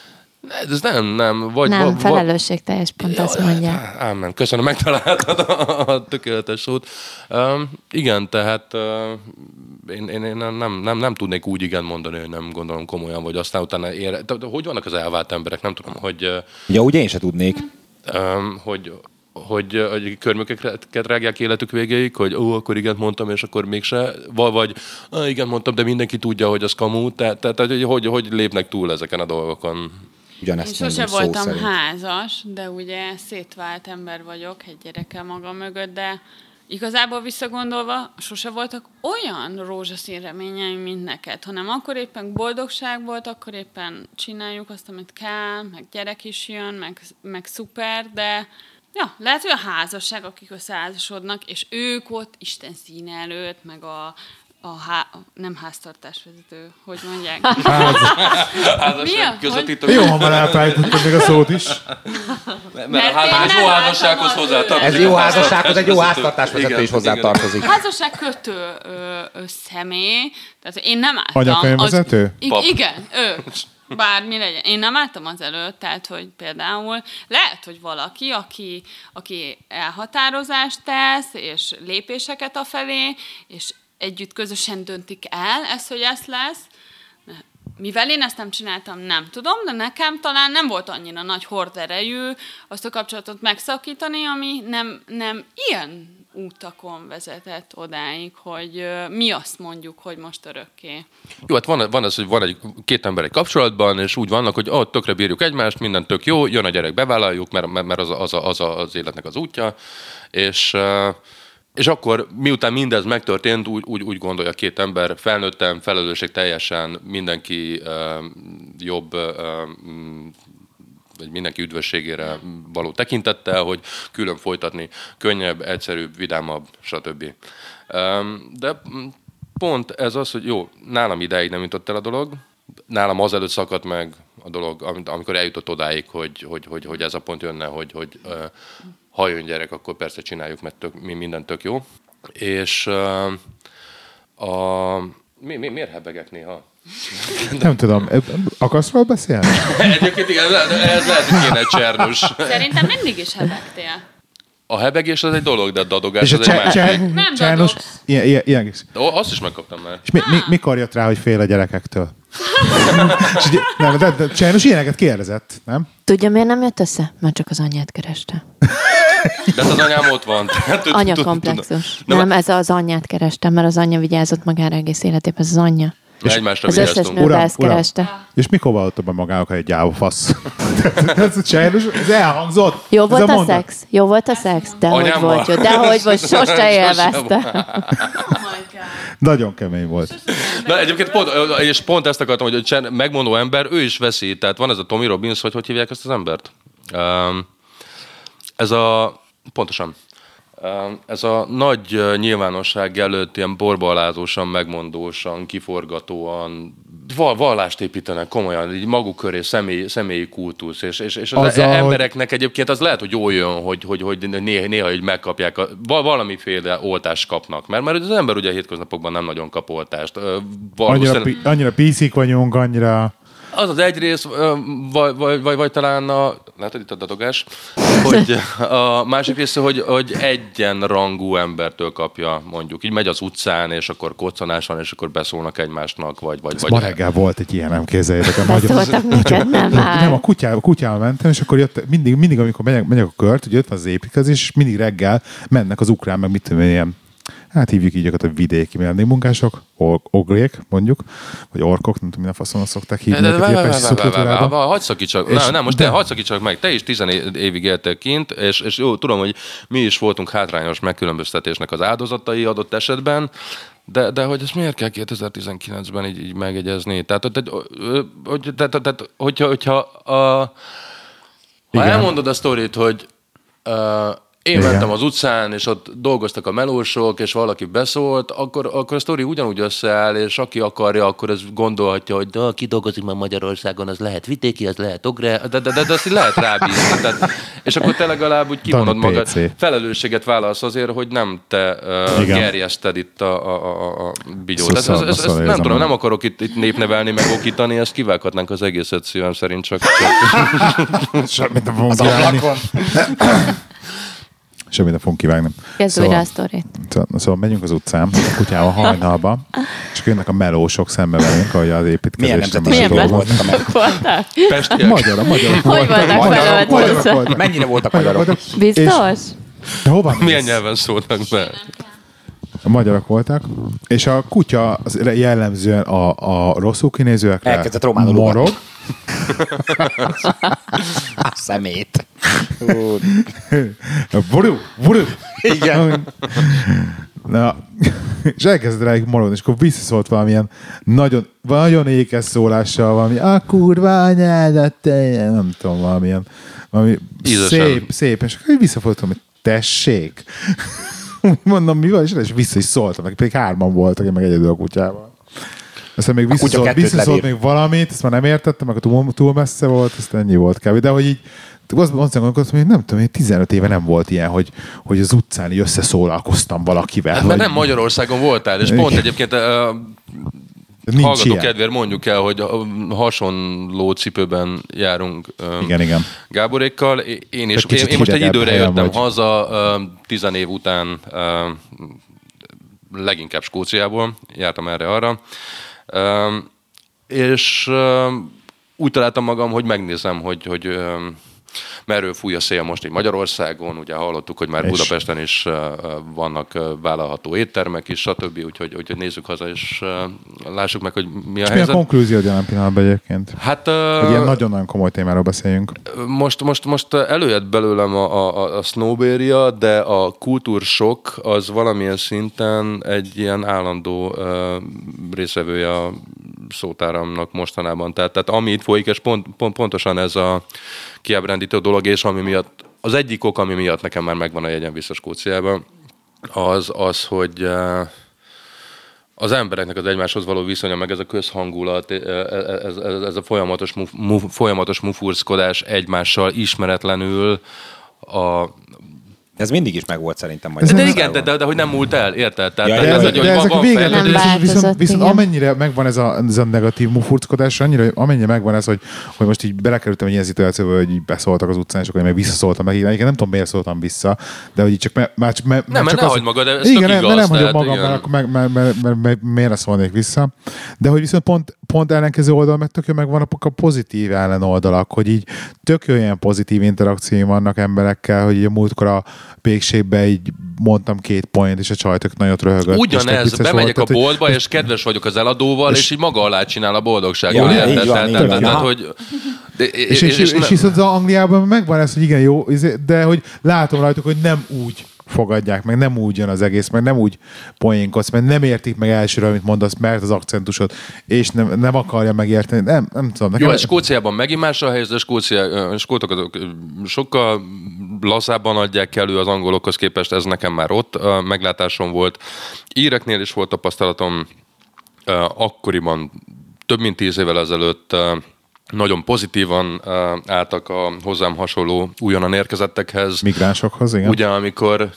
Ez nem, nem. Vagy, Nem, va- felelősségteljes, pont azt mondja. Ámen, köszönöm, megtaláltad a, a tökéletes szót. Um, igen, tehát uh, én, én, én nem, nem, nem tudnék úgy igen mondani, hogy nem gondolom komolyan, vagy aztán utána ér... de, de hogy vannak az elvált emberek? Nem tudom, hogy, uh, Ja, ugye én se tudnék. um, hogy, hogy, hogy körmöket rágják életük végéig, hogy ó, akkor igen mondtam, és akkor mégse, vagy, vagy ah, igen mondtam, de mindenki tudja, hogy az kamu, tehát, tehát hogy, hogy, hogy lépnek túl ezeken a dolgokon. Én Ugyanezt sose mondom szó voltam szerint. házas, de ugye szétvált ember vagyok, egy gyerekkel magam mögött, de igazából visszagondolva sose voltak olyan rózsaszín reményeim, mint neked, hanem akkor éppen boldogság volt, akkor éppen csináljuk azt, amit kell, meg gyerek is jön, meg, meg szuper, de ja, lehet, hogy a házasság, akik összeházasodnak, és ők ott Isten színe előtt, meg a a há... nem háztartásvezető, hogy mondják? Mi a? Közvetítő. Jó, ha már elfelejtettem még a szót is. Mert, Mert mert a én nem jó házassághoz láttam hozzá az- tartozik. Ez jó házassághoz, egy jó háztartásvezető Igen, is hozzá igen. tartozik. Házasság kötő ö, ö, személy, tehát én nem álltam... Anyakönyvvezető? az- I- Pap. igen, ő. Bármi legyen. Én nem álltam az előtt, tehát, hogy például lehet, hogy valaki, aki, aki elhatározást tesz, és lépéseket afelé, és együtt közösen döntik el ezt, hogy ez lesz. Mivel én ezt nem csináltam, nem tudom, de nekem talán nem volt annyira nagy horderejű azt a kapcsolatot megszakítani, ami nem, nem ilyen útakon vezetett odáig, hogy ö, mi azt mondjuk, hogy most örökké. Jó, hát van, van az, hogy van egy két ember egy kapcsolatban, és úgy vannak, hogy oh, tökre bírjuk egymást, minden tök jó, jön a gyerek, bevállaljuk, mert, mert az, az, az, az életnek az útja, és... Uh, És akkor, miután mindez megtörtént, úgy, úgy, úgy gondolja két ember, felnőttem, felelősség teljesen, mindenki uh, jobb, uh, vagy mindenki üdvösségére való tekintettel, hogy külön folytatni könnyebb, egyszerűbb, vidámabb, stb. Um, de pont ez az, hogy jó, nálam ideig nem jutott el a dolog, nálam azelőtt szakadt meg a dolog, amikor eljutott odáig, hogy, hogy, hogy, hogy ez a pont jönne, hogy, hogy uh, ha jön gyerek, akkor persze csináljuk, mert tök, mi minden tök jó. És uh, a... Mi, mi, miért hebegek néha? Nem tudom, akarsz róla beszélni? Egyébként igen, ez lehet, hogy kéne egy Csernus. Szerintem mindig is hebegtél. A hebegés az egy dolog, de a dadogás És a az egy cse- másik. cse- Nem Csernus, dadogsz. ilyen, ilyen, ilyen. Ó, azt is megkaptam már. És mi, mi, mikor jött rá, hogy fél a gyerekektől? És ugye, nem, de, de Csernus ilyeneket kérdezett, nem? Tudja, miért nem jött össze? Mert csak az anyját kereste. De az anyám ott van. Tehát, tud- tud- Anyakomplexus. tud- Nem, ez az anyját kerestem, mert az anyja vigyázott magára egész életében, ez az anyja. Egymásra Az összes vigyáztunk. nő Uram, ezt uram. kereste. És mikor vallotta be magának egy gyáva fasz? ez, sajnos, ez elhangzott. Jó ez volt a, mondat. szex? Jó volt a szex? Dehogy Anyámmal? volt jó. Dehogy volt, sose élvezte. Nagyon kemény volt. Na egyébként pont, és pont ezt akartam, hogy a megmondó ember, ő is veszi. Tehát van ez a Tommy Robbins, hogy hogy hívják ezt az embert? Um, ez a... Pontosan. Um, ez a nagy uh, nyilvánosság előtt ilyen borbalázósan, megmondósan, kiforgatóan val- vallást építenek komolyan, így maguk köré személy, személyi kultusz, és, és, és az, Az az a- embereknek egyébként az lehet, hogy jól jön, hogy, hogy, hogy néha, néha így megkapják, a, val- valamiféle oltást kapnak, mert, mert az ember ugye a hétköznapokban nem nagyon kap oltást. Uh, Annyira, valószínűleg- pi- annyira píszik vagyunk, annyira... az az egy rész, vagy, vagy, vagy, vagy talán a... Lehet, hogy itt a dadogás. Hogy a másik része, hogy, hogy egyenrangú embertől kapja, mondjuk. Így megy az utcán, és akkor koccanás van, és akkor beszólnak egymásnak, vagy... vagy, vagy Ma reggel volt egy ilyen, nem képzeljétek. A magyar- Beszóltak neked, nem már. Nem, a kutyával, kutyával mentem, és akkor jött, mindig, mindig amikor megyek, megyek a kört, ugye ott van az építkezés, és mindig reggel mennek az ukrán, meg mit tudom én, ilyen, hát hívjuk így őket a vidéki vendégmunkások, or- ogrék mondjuk, vagy orkok, nem tudom, milyen faszon szokták hívni őket ilyen pesti szubkultúrában. Hadd szakítsak, És- nem, nem, most de- te hadd szakítsak meg, te is tizen évig éltél kint, és, és jó, tudom, hogy mi is voltunk hátrányos megkülönböztetésnek az áldozatai adott esetben, de, de hogy ezt miért kell kétezer-tizenkilencben így, így megegyezni? Tehát, hogy, hogy, tehát, tehát hogyha, hogyha a, ha Igen. elmondod a sztorit, hogy uh, én Igen. mentem az utcán, és ott dolgoztak a melósok, és valaki beszólt, akkor, akkor a sztori ugyanúgy összeáll, és aki akarja, akkor ez gondolhatja, hogy de, ki dolgozik már Magyarországon, az lehet vitéki, az lehet ogre, de, de, de, de azt így lehet rábízni. Tehát, és akkor te legalább úgy kivonod Dani magad, pé cé. felelősséget vállalsz azért, hogy nem te uh, Igen. gerjeszted itt a, a, a, a bigyót. Ez, ez, Szóval- ez, ez, szóval nem érzem, tudom, hogy- nem akarok itt, itt népnevelni, meg okítani, ezt kivághatnánk az egészet szívem szerint, csak... csak Semmit nem fogunk Az kivágni. ablakon. Semmit nem fogunk kivágni. Kezd Szóval- újra a sztorit. Szóval, szóval megyünk az utcán, a kutyával hajnalba, és akkor jönnek a melósok szembe velünk, ahogy az Milyen építkezésre nemzetiségek Milyen voltak a meg? Voltak? Pestiek. Magyar, a magyarok Hogy voltak Magyarok felöltözve? voltak. Mennyire voltak magyarok? Biztos? De hova mész? Milyen nyelven szóltak be? A magyarok voltak, és a kutya az jellemzően a, a rosszul kinézőekre Elkezdett románul morog. ugatni. Szemét. Ú, Vuru, vuru. Igen. Na, és elkezdett rájuk morogni, és akkor visszaszólt valamilyen nagyon, nagyon ékes szólással, valami a kurva anyádat, te-" nem tudom, valamilyen, valami Ízesen. szép, szép, és akkor visszafordultam, hogy tessék. Mondom, mi van, és és vissza is szóltam, meg pedig hárman voltak, én meg egyedül a kutyával. Aztán még kutya visszaszólt, kettőt visszaszólt levír. még valamit, ezt már nem értettem, meg túl, túl messze volt, ezt ennyi volt kb. De hogy így, azt azt gondolkodtam, hogy nem tudom, én tizenöt éve nem volt ilyen, hogy, hogy az utcán így összeszólalkoztam valakivel. Hát, mert vagy- nem Magyarországon voltál, és Igen. pont egyébként uh, Nincs hallgató ilyen. kedvéért mondjuk el, hogy a hasonló cipőben járunk um, Igen, igen. Gáborékkal. Én, is, Egy kicsit én, én most egy hidegebb időre helyen jöttem vagy. haza, uh, tizen év után uh, leginkább Skóciából, jártam erre-arra. Um, és um, úgy találtam magam, hogy megnézem, hogy, hogy um, merről fúj a szél most így Magyarországon, ugye hallottuk, hogy már És- Budapesten is uh, vannak uh, vállalható éttermek is, stb. Úgyhogy, úgyhogy nézzük haza, és uh, lássuk meg, hogy mi a És mi a helyzet. konklúziód jelen pillanatban egyébként? Hát Hogy ilyen uh, nagyon-nagyon komoly témáról beszéljünk. most, most, most előjött belőlem a, a, a snowberia, de a kultúrsok az valamilyen szinten egy ilyen állandó uh, részevője a szótáramnak mostanában. Tehát, tehát ami itt folyik, és pont, pont, pontosan ez a kiábrándító dolog, és ami miatt, az egyik ok, ami miatt nekem már megvan a jegyem vissza Skóciába, az, az, hogy uh, az embereknek az egymáshoz való viszonya, meg ez a közhangulat, ez, ez, ez a folyamatos, muf, muf, folyamatos mufurszkodás egymással ismeretlenül a... Ez mindig is megvolt szerintem De, de Magyarországon. igen, de, de, de hogy nem múlt el, érted? Tehát, Ja, tehát ja, ez, ja, hogy, de hogy van, ezek a van vége, fejlődés. Nem viszont, viszont, változott, viszont igen. amennyire megvan ez a, ez a negatív mufurckodás, annyira, amennyire megvan ez, hogy, hogy most így belekerültem egy ilyen szituációba, hogy így beszóltak az utcán, és akkor én meg visszaszóltam meg. Igen, nem tudom, miért szóltam vissza, de hogy így csak me, már, me, Nem, mert csak ne az- hagyd magad, ez igen, tök nem, igaz, nem hagyom tehát magam, igen. mert, akkor meg, mert, mert, mert, mert, miért szólnék vissza. De hogy viszont pont, pont ellenkező oldal, meg tök jó megvan a pozitív ellenoldalak, hogy így tök jó ilyen pozitív interakcióim vannak emberekkel, hogy így a múltkor a pékségbe így mondtam két point, és a csajtok nagyot röhögött. Ugyanez, bemegyek volt, a boltba, és kedves vagyok az eladóval, és, és így maga alá csinál a boldogságot. Ja, érted? így van, Tehát, így tehát, van. tehát, hogy... De, és, és, és, és viszont az Angliában megvan ez, hogy igen, jó, de hogy látom rajtuk, hogy nem úgy fogadják meg, nem úgy jön az egész, meg nem úgy poénkodsz, mert nem értik meg elsőre, amit mondasz, mert az akcentusod, és nem, nem akarja megérteni. Nem, nem tudom. Nekem... Jó, ez Skóciában megint más a helyzet, de Skócia, skótokat sokkal lazábban adják elő az angolokhoz képest, ez nekem már ott a meglátásom volt. Íreknél is volt tapasztalatom, akkoriban több mint tíz évvel ezelőtt nagyon pozitívan álltak a hozzám hasonló újonnan érkezettekhez. Migránsokhoz, igen. Ugye, amikor...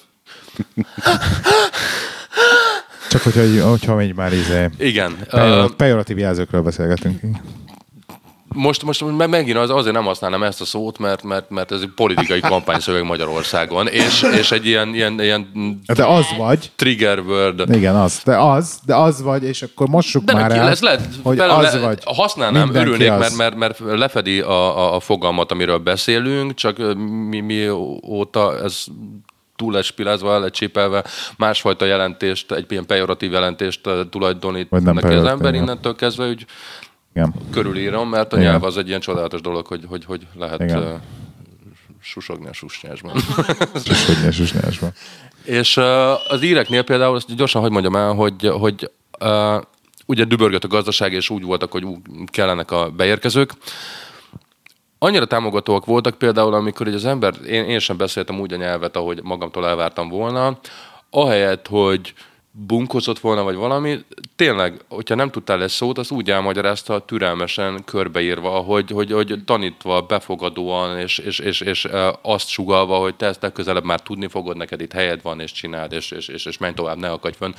Csak hogyha, hogyha megy már izé... Igen. Pejorat, pejoratív jelzőkről beszélgetünk. Most, most megint az, azért nem használnám ezt a szót, mert, mert, mert ez egy politikai kampányszöveg Magyarországon, és, és egy ilyen, ilyen, ilyen de az vagy. Trigger word. Igen, az. De az, de az vagy, és akkor mossuk de már neki, el, ez lehet, hogy bele, az le, vagy. Használnám, Mindenki örülnék, az. mert, mert, mert lefedi a, a, a fogalmat, amiről beszélünk, csak mi, mióta ez túl espilázva, lecsépelve, másfajta jelentést, egy ilyen pejoratív jelentést tulajdonít neki az ember, innentől kezdve, hogy igen. Körülírom, mert a igen. nyelv az egy ilyen csodálatos dolog, hogy, hogy, hogy lehet uh, susogni a susnyásban. susogni a susnyásban. És uh, az íreknél például, azt gyorsan hogy mondjam el, hogy, hogy uh, ugye dübörgött a gazdaság, és úgy voltak, hogy kellenek a beérkezők. Annyira támogatóak voltak például, amikor az ember, én, én sem beszéltem úgy a nyelvet, ahogy magamtól elvártam volna, ahelyett, hogy bunkozott volna, vagy valami, tényleg, hogyha nem tudtál egy szót, azt úgy elmagyarázta türelmesen, körbeírva, hogy, hogy, hogy tanítva, befogadóan, és, és, és, és azt sugallva, hogy te ezt legközelebb már tudni fogod, neked itt helyed van, és csináld, és, és, és, és menj tovább, ne akadj fönn.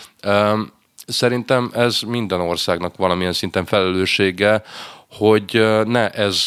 Szerintem ez minden országnak valamilyen szinten felelőssége, hogy ne ez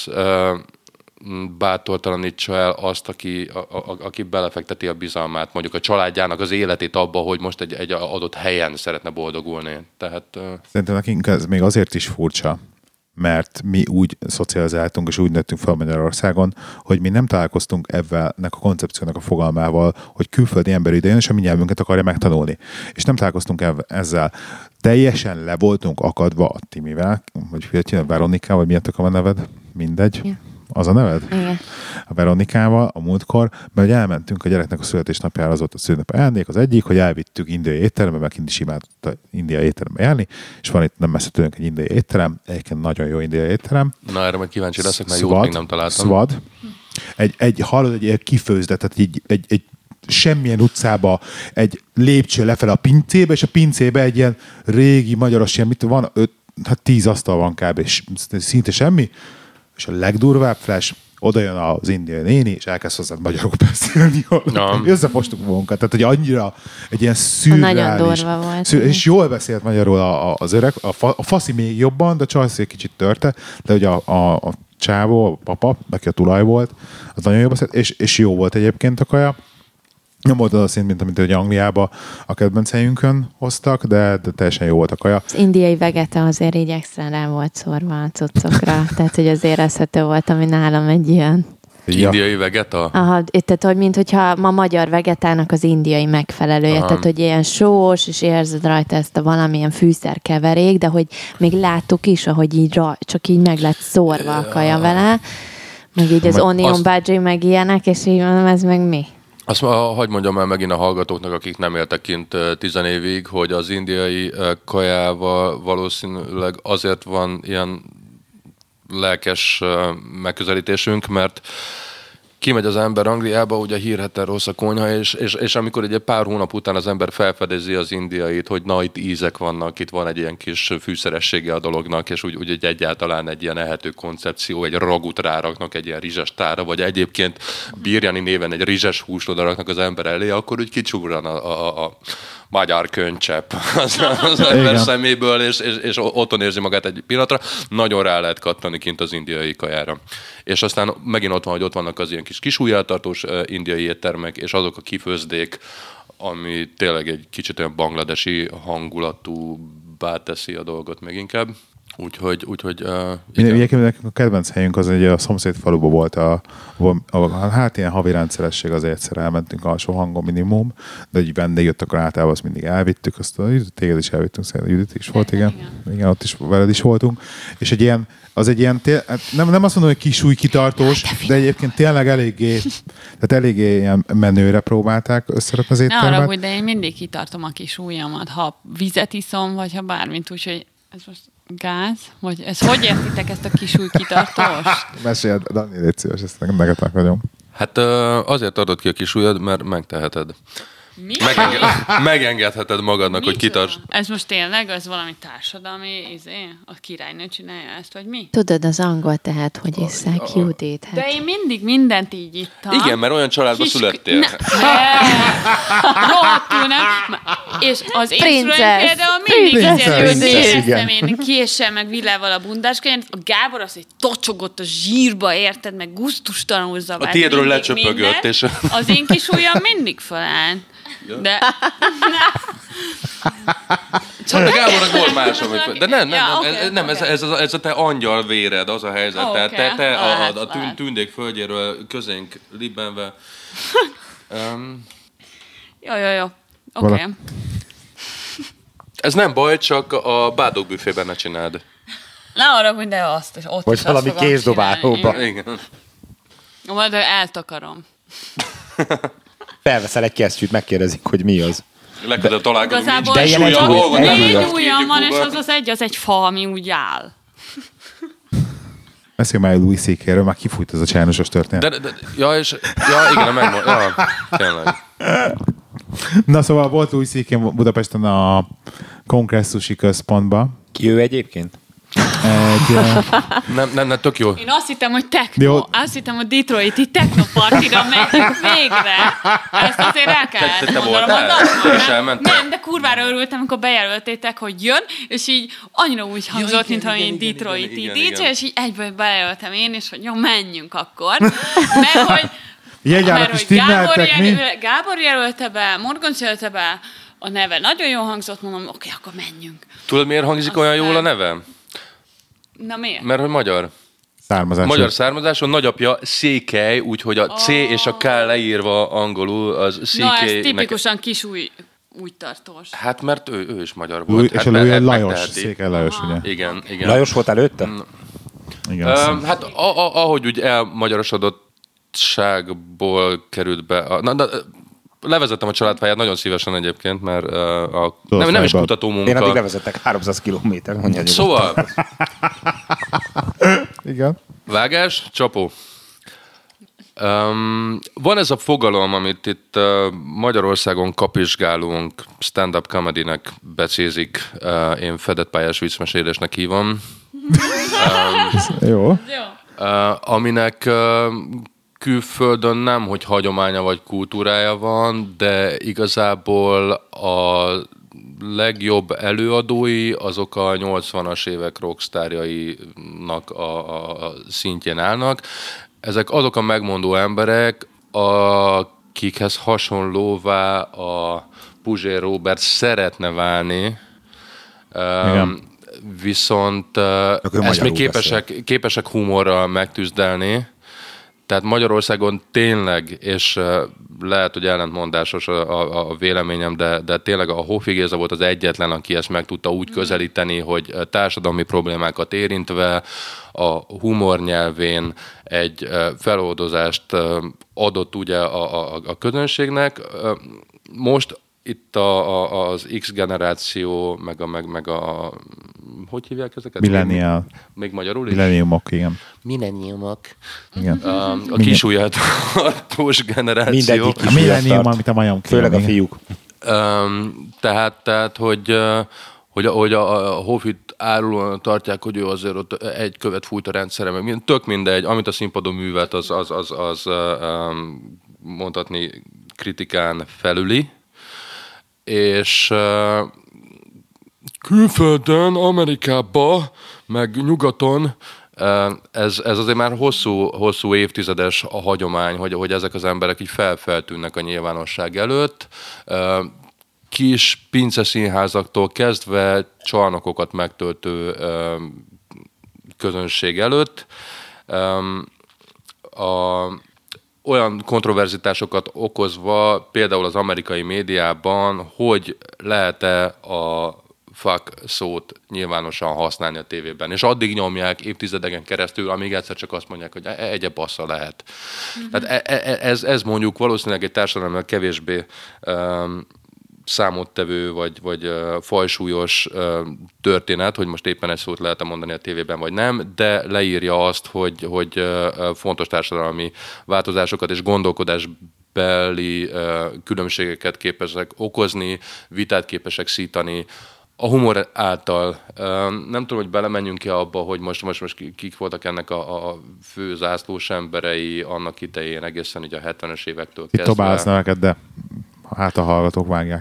bátortalanítsa el azt, aki, a, a, aki belefekteti a bizalmát, mondjuk a családjának az életét abba, hogy most egy, egy adott helyen szeretne boldogulni. Tehát, szerintem nekünk ez még azért is furcsa, mert mi úgy szocializáltunk és úgy nőttünk fel Magyarországon, hogy mi nem találkoztunk ebbennek a koncepciónak a fogalmával, hogy külföldi ember idejön, és a mi nyelvünket akarja megtanulni. És nem találkoztunk ezzel. Teljesen le voltunk akadva a Timivel, vagy fiatal Veronikával, vagy miatt a neved? Mindegy. Yeah. Az a neved? Igen. A Veronikával a múltkor, mert elmentünk a gyereknek a születésnapjára, az volt a születnap ajándék, az egyik, hogy elvittük indiai étterembe, mert kint is imádott indiai étterembe járni, és van itt nem messze tőlünk egy indiai étterem, egyébként nagyon jó indiai étterem. Na, erre majd kíváncsi leszek, mert jót még nem találtam. Szvad. Egy, egy, hallod, egy ilyen kifőzdet, tehát egy, egy, egy semmilyen utcába egy lépcső lefele a pincébe, és a pincébe egy ilyen régi magyaros, ilyen, mit van, öt, hát tíz asztal van kb. És szinte semmi. És a legdurvább flash, oda jön az indiai néni, és elkezd hozzád magyarok beszélni. No. Összefostuk magunkat. Tehát, hogy annyira egy ilyen szürreális. Nagyon durva volt. Szür, és jól beszélt magyarul a, a, az öreg. A, fa, a faszi még jobban, de a csajsz egy kicsit törte. De ugye a, a, a csávó, a papa, aki a tulaj volt, az nagyon jól beszélt, és, és jó volt egyébként a kaja. Nem volt az a szint, mint amit hogy Angliába a kedvenc helyünkön hoztak, de, de teljesen jó volt a kaja. Az indiai vegeta azért így extra rá volt szórva a cuccokra, tehát hogy az érezhető volt, ami nálam egy ilyen... Ja. Indiai vegeta? Aha, tehát hogy mint hogyha ma magyar vegetának az indiai megfelelője, aha. Tehát hogy ilyen sós, és érzed rajta ezt a valamilyen fűszerkeverék, de hogy még láttuk is, ahogy így raj, csak így meg lett szórva a kaja vele, meg így az meg onion azt... bhaji, meg ilyenek, és így mondom, ez meg mi? Azt hadd mondjam el megint a hallgatóknak, akik nem éltek kint tizenévig, hogy az indiai kajával valószínűleg azért van ilyen lelkes megközelítésünk, mert kimegy az ember Angliába, ugye hírheten rossz a konyha, és, és, és amikor egy pár hónap után az ember felfedezi az indiait, hogy na, itt ízek vannak, itt van egy ilyen kis fűszeressége a dolognak, és úgy, úgy egy egyáltalán egy ilyen ehető koncepció, egy ragut ráraknak egy ilyen rizses tára, vagy egyébként biryani néven egy rizses húst odaraknak az ember elé, akkor úgy kicsúrran a, a, a magyar könycsepp az, az ember szeméből, és, és, és otthon érzi magát egy pillanatra. Nagyon rá lehet kattani kint az indiai kajára. És aztán megint ott van, hogy ott vannak az ilyen kis kisujjáltartós indiai éttermek, és azok a kifőzdék, ami tényleg egy kicsit olyan bangladesi hangulatúbbá teszi a dolgot még inkább. Úgyhogy, úgyhogy uh, igen. Egyébként nekünk a kedvenc helyünk az egy a szomszéd faluban volt, a, a, a, hát ilyen havi rendszeresség, azért egyszer elmentünk alsó hangon minimum, de egy vendég jött, akkor általában azt mindig elvittük, azt a téged is elvittünk, szerintem Judit is volt, igen. igen. Igen, ott is veled is voltunk. És egy ilyen, az egy ilyen, tél, nem, nem azt mondom, hogy kisúly kitartós, de egyébként tényleg eléggé, tehát eléggé ilyen menőre próbálták összerakni az éttermet. Ne arra, hogy de én mindig kitartom a kis ujjamat, ha vizet iszom, vagy ha bármint, úgyhogy ez most gáz? Vagy ez hogy értitek ezt a kisúly kitartóst? Meséld, Dani, légy szíves, ezt neked vagyom. Hát azért adod ki a kis ujjad, mert megteheted. Mi? Megenge- megengedheted magadnak, Mi hogy kitarts. Ez most tényleg, az valami társadalmi, izé, a királynő csinálja ezt, vagy mi? Tudod, az angol tehát, hogy isszák Judit. Hát. De én mindig mindent így ittam. Igen, mert olyan családba Kis... születtél. Ne, rohadtul nem. És az én szüleim például mindig izélődéseztem én késsel, meg villával a bundáskönyvet. A Gábor az, hogy tocsogott a zsírba, érted, meg gusztustalanul zavált. A tiédről lecsöpögött. És... Az én kis ujjam mindig felállt. De... Csak a Gábornak volt más, amit... De nem, nem, ja, nem, okay, ez, nem okay. ez, ez, ez, ez a te angyal véred, az a helyzet. Okay. Tehát te, te a, lehet, a, a tűn, lehet. tündék földjéről közénk libbenve. Um, jó, jó, jó. Oké. Okay. Ez nem baj, csak a bádók büfében ne csináld. Ne arra, hogy de azt, és ott vagy is valami kézdobálóba. Igen. Majd eltakarom. Felveszel egy kesztyűt, megkérdezik, hogy mi az. Legközelebb találkozunk. Igazából De ilyen egy súlya, új- egy négy újat. ujjam van, és az az egy, az egy fa, ami úgy áll. Beszélj már Louis C K-ről, már kifújt ez a csánosos történet. De, de, ja, és, ja, igen, megmond. Ja, tényleg. Na szóval volt Louis C K Budapesten a kongresszusi központban. Ki ő egyébként? Egy, uh, Nem, nem, nem, tök jó. Én azt hittem, hogy techno. Jó. Azt hittem, hogy Detroiti technopartira megyünk végre. Ezt azért el Te- kellett te- te mondanom. voltál? Az azt Te is mondom, elmentél? nem, de kurvára örültem, amikor bejelöltétek, hogy jön, és így annyira úgy hangzott, igen, mintha igen, én igen, Detroiti igen, dé dzsé, igen. és így egyből bejelöltem én, és hogy jó, menjünk akkor. Mert hogy, jegyárak mert, is hogy Gábor, stimmeltek, mi? jelöl, Gábor jelölte be, Morgonc jelölte be, a neve nagyon jól hangzott, mondom, oké, akkor menjünk. Tudod, miért hangzik Aztán- olyan jól a nevem? Na miért? Mert hogy magyar. Származású. Magyar származáson, nagyapja Székely, úgyhogy a C és a K leírva angolul, az Na, Székely. ez tipikusan kis új, úgy tartós. Hát mert ő, ő is magyar volt. Louis, hát, és a Louis meg- Lajos, megteheti. Székely Lajos, ugye? Igen, igen. Lajos volt előtte? Igen, Ö, azt hát a, a, ahogy úgy elmagyarosodottságból került be. A, na, na, levezettem a családfáját nagyon szívesen egyébként, mert uh, a, nem, nem is fájban. kutató munka. Én addig levezettek háromszáz kilométer, mondja nyugodtan. Szóval, Igen. vágás, csapó. Um, van ez a fogalom, amit itt uh, Magyarországon kapizsgálunk, stand-up comedy-nek becézik, uh, én fedett pályás viccmesélésnek hívom, Jó. Jó. uh, aminek uh, külföldön nem, hogy hagyománya vagy kultúrája van, de igazából a legjobb előadói azok a nyolcvanas évek rockstárjainak a, a szintjén állnak. Ezek azok a megmondó emberek, akikhez hasonlóvá a Puzsér Róbert szeretne válni, um, viszont uh, ezt még magyarul képesek, képesek humorral megtűzdelni. Tehát Magyarországon tényleg, és uh, lehet, hogy ellentmondásos a, a, a véleményem, de, de tényleg a Hofi Géza volt az egyetlen, aki ezt meg tudta úgy közelíteni, hogy társadalmi problémákat érintve a humor nyelvén egy uh, feloldozást uh, adott ugye a, a, a közönségnek. Uh, most itt a, a, az X generáció, meg a, meg, meg a hogy hívják ezeket? Millennial. Még, még magyarul is? Millenniumok, igen. Millenniumok. Igen. A, a kisujját tartós generáció. Mindegyik A kis millennium, tart. amit a majom Főleg a igen. fiúk. Um, tehát, tehát, hogy, uh, hogy, hogy a, a Hofit árulóan tartják, hogy ő azért ott egy követ fújt a rendszere, meg mind, tök mindegy, amit a színpadon művelt, az, az, az, az um, mondhatni kritikán felüli. És uh, külföldön, Amerikában, meg nyugaton uh, ez, ez azért már hosszú, hosszú évtizedes a hagyomány, hogy, hogy ezek az emberek így felfeltűnnek a nyilvánosság előtt. Uh, kis pinceszínházaktól kezdve csalnokokat megtöltő ö, közönség előtt. Ö, a, olyan kontroverzitásokat okozva, például az amerikai médiában, hogy lehet-e a fuck szót nyilvánosan használni a tévében. És addig nyomják évtizedeken keresztül, amíg egyszer csak azt mondják, hogy egy bassza lehet. Mm-hmm. Tehát ez, ez mondjuk valószínűleg egy társadalomnak kevésbé um, számottevő, vagy, vagy uh, fajsúlyos uh, történet, hogy most éppen egy szót lehet mondani a tévében, vagy nem, de leírja azt, hogy, hogy uh, fontos társadalmi változásokat és gondolkodás beli uh, különbségeket képesek okozni, vitát képesek szítani, a humor által. Nem tudom, hogy belemenjünk-e abba, hogy most, most, most kik voltak ennek a, a fő zászlós emberei annak idején, egészen így a hetvenes évektől kezdve. Itt dobálsz neveket, de hát a hallgatók vágják.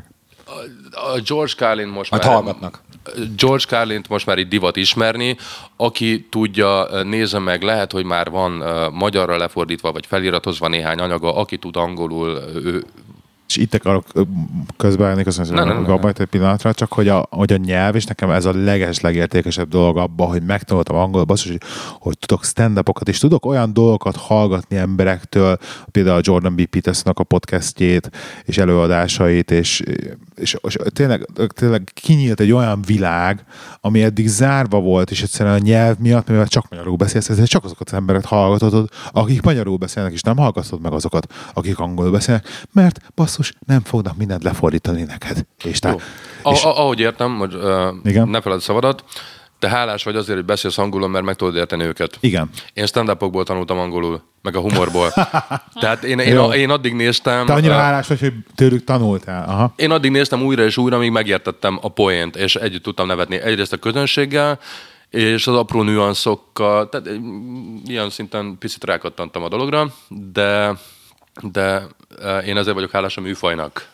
A George Carlin most hát már... hallgatnak. George Carlint most már így divat ismerni. Aki tudja, nézze meg, lehet, hogy már van magyarra lefordítva, vagy feliratozva néhány anyaga, aki tud angolul, ő És itt akarok közbeállni, köszönöm, hogy abban egy pillanatra, csak hogy a, hogy a nyelv, és nekem ez a leges, legértékesebb dolog abban, hogy megtanultam angolul, basszus, hogy, hogy tudok stand-upokat, és tudok olyan dolgokat hallgatni emberektől, például a Jordan B. Petersonnak a podcastjét, és előadásait, és, és, és tényleg, tényleg kinyílt egy olyan világ, ami eddig zárva volt, és egyszerűen a nyelv miatt, mivel csak magyarul beszélsz, ezért csak azokat az embereket hallgatod, akik magyarul beszélnek, és nem hallgatod meg azokat, akik angolul beszélnek, mert basszus, nem fognak mindent lefordítani neked. És te, és... Ahogy értem, hogy uh, ne feled szavadat, te hálás vagy azért, hogy beszélsz angolul, mert meg tudod érteni őket. Igen. Én stand-upokból tanultam angolul, meg a humorból. Tehát én, én, én addig néztem... Te annyira uh, hálás vagy, hogy tőlük tanultál. Aha. Én addig néztem újra és újra, amíg megértettem a poént, és együtt tudtam nevetni. Egyrészt a közönséggel, és az apró nüanszokkal, tehát ilyen szinten picit rákattantam a dologra, de... de én ezért vagyok hálás a műfajnak,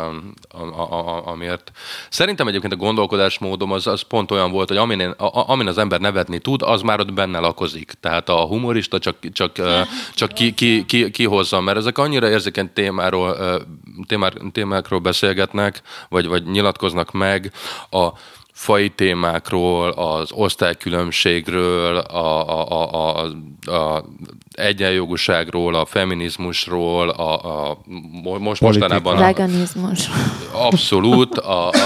amiért. Szerintem egyébként a gondolkodásmódom az, az pont olyan volt, hogy amin, én, amin az ember nevetni tud, az már ott benne lakozik. Tehát a humorista csak, csak, csak ki, ki, ki, kihozza, mert ezek annyira érzékeny témáról, témár, témákról beszélgetnek, vagy, vagy nyilatkoznak meg a fai témákról, az osztálykülönbségről, a, a, a, a, a egyenjogúságról, a feminizmusról, a, a most mostanában... A veganizmus. Abszolút. A, a,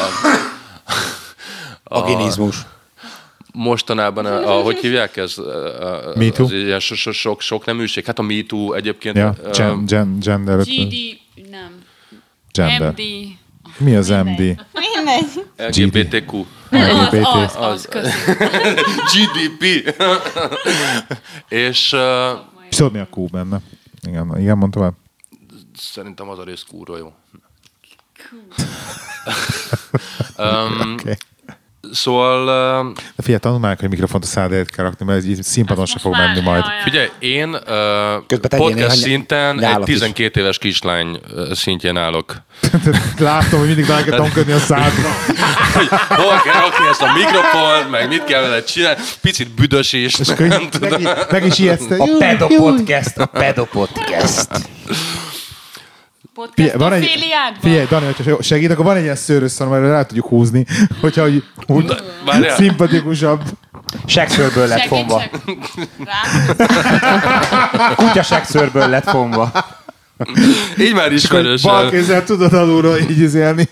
a, a genizmus. Mostanában, a, a, hogy hívják ez? Me Too? Az ilyen sok, sok, sok neműség. Hát a Me Too egyébként... Ja, gen, gen, gender. gé dé, nem. Gender. em dé. Mi az em dé? Mindegy. el gé bé té kú. Az, az, az, gé dé pé. És... Uh, és tudod, mi a Q benne? Igen, igen, mondtam el. Szerintem az a rész kúra jó. um, okay. Szóval... Uh, de figyelj, tanulj már, hogy mikrofont a szád előtt kell rakni, mert ez színpadon se fog menni majd. Figyelj, én uh, podcast szinten egy tizenkét éves kislány szintjén állok. Láttam, hogy mindig bele kell tanködni a szádra. Hol kell rakni ezt a mikrofont, meg mit kell vele csinálni. Picit büdös is. És nem meg, tudom. Meg, meg is ijesztő. A pedopodcast, a pedopodcast. Podcast a féliádban. Figyelj, Dani, hogyha segít, akkor van egy ilyen szőrösszal, mert rá tudjuk húzni, hogyha úgy, úgy szimpatikusabb. Sekszőrből lett fonva. Kutya sekszőrből lett fonva. Így már ismerős. Bal kézzel tudod alulról így izélni.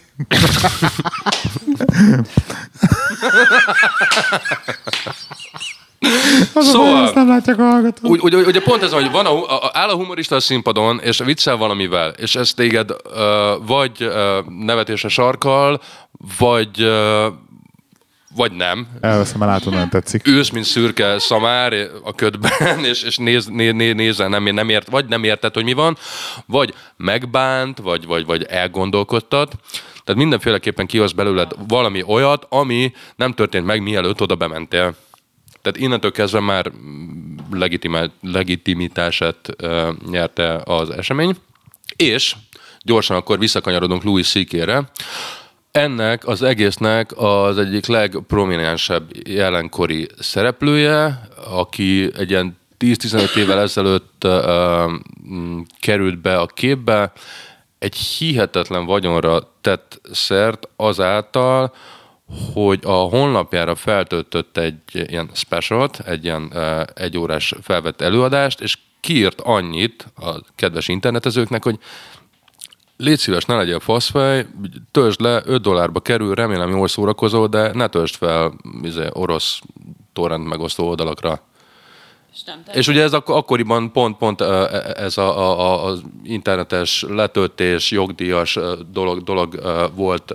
Szóval, nem látják a hallgatót. Úgy, úgy, ugye pont ez van, hogy van a, a, áll a humorista a színpadon, és viccel valamivel, és ez téged uh, vagy uh, nevetésre sarkal, vagy, uh, vagy nem. Elveszem, ellátom, nem tetszik. Ősz, mint szürke szamár a ködben, és, és néz, né, né, nézel, nem, nem ért, vagy nem érted, hogy mi van, vagy megbánt, vagy, vagy, vagy elgondolkodtat. Tehát mindenféleképpen kihoz belőled valami olyat, ami nem történt meg, mielőtt oda bementél. Tehát innentől kezdve már legitimitását uh, nyerte az esemény. És gyorsan akkor visszakanyarodunk Louis cé ká-re. Ennek az egésznek az egyik legprominensebb jelenkori szereplője, aki egy ilyen tíz-tizenöt évvel ezelőtt uh, került be a képbe, egy hihetetlen vagyonra tett szert azáltal, hogy a honlapjára feltöltött egy ilyen specialt, egy ilyen uh, egyórás felvett előadást, és kiírt annyit a kedves internetezőknek, hogy légy szíves, ne legyél faszfej, töltsd le, öt dollárba kerül, remélem jól szórakozol, de ne töltsd fel izé, orosz torrent megosztó oldalakra. És, és ugye ez ak- akkoriban pont, pont ez a, a, az internetes letöltés, jogdíjas dolog, dolog volt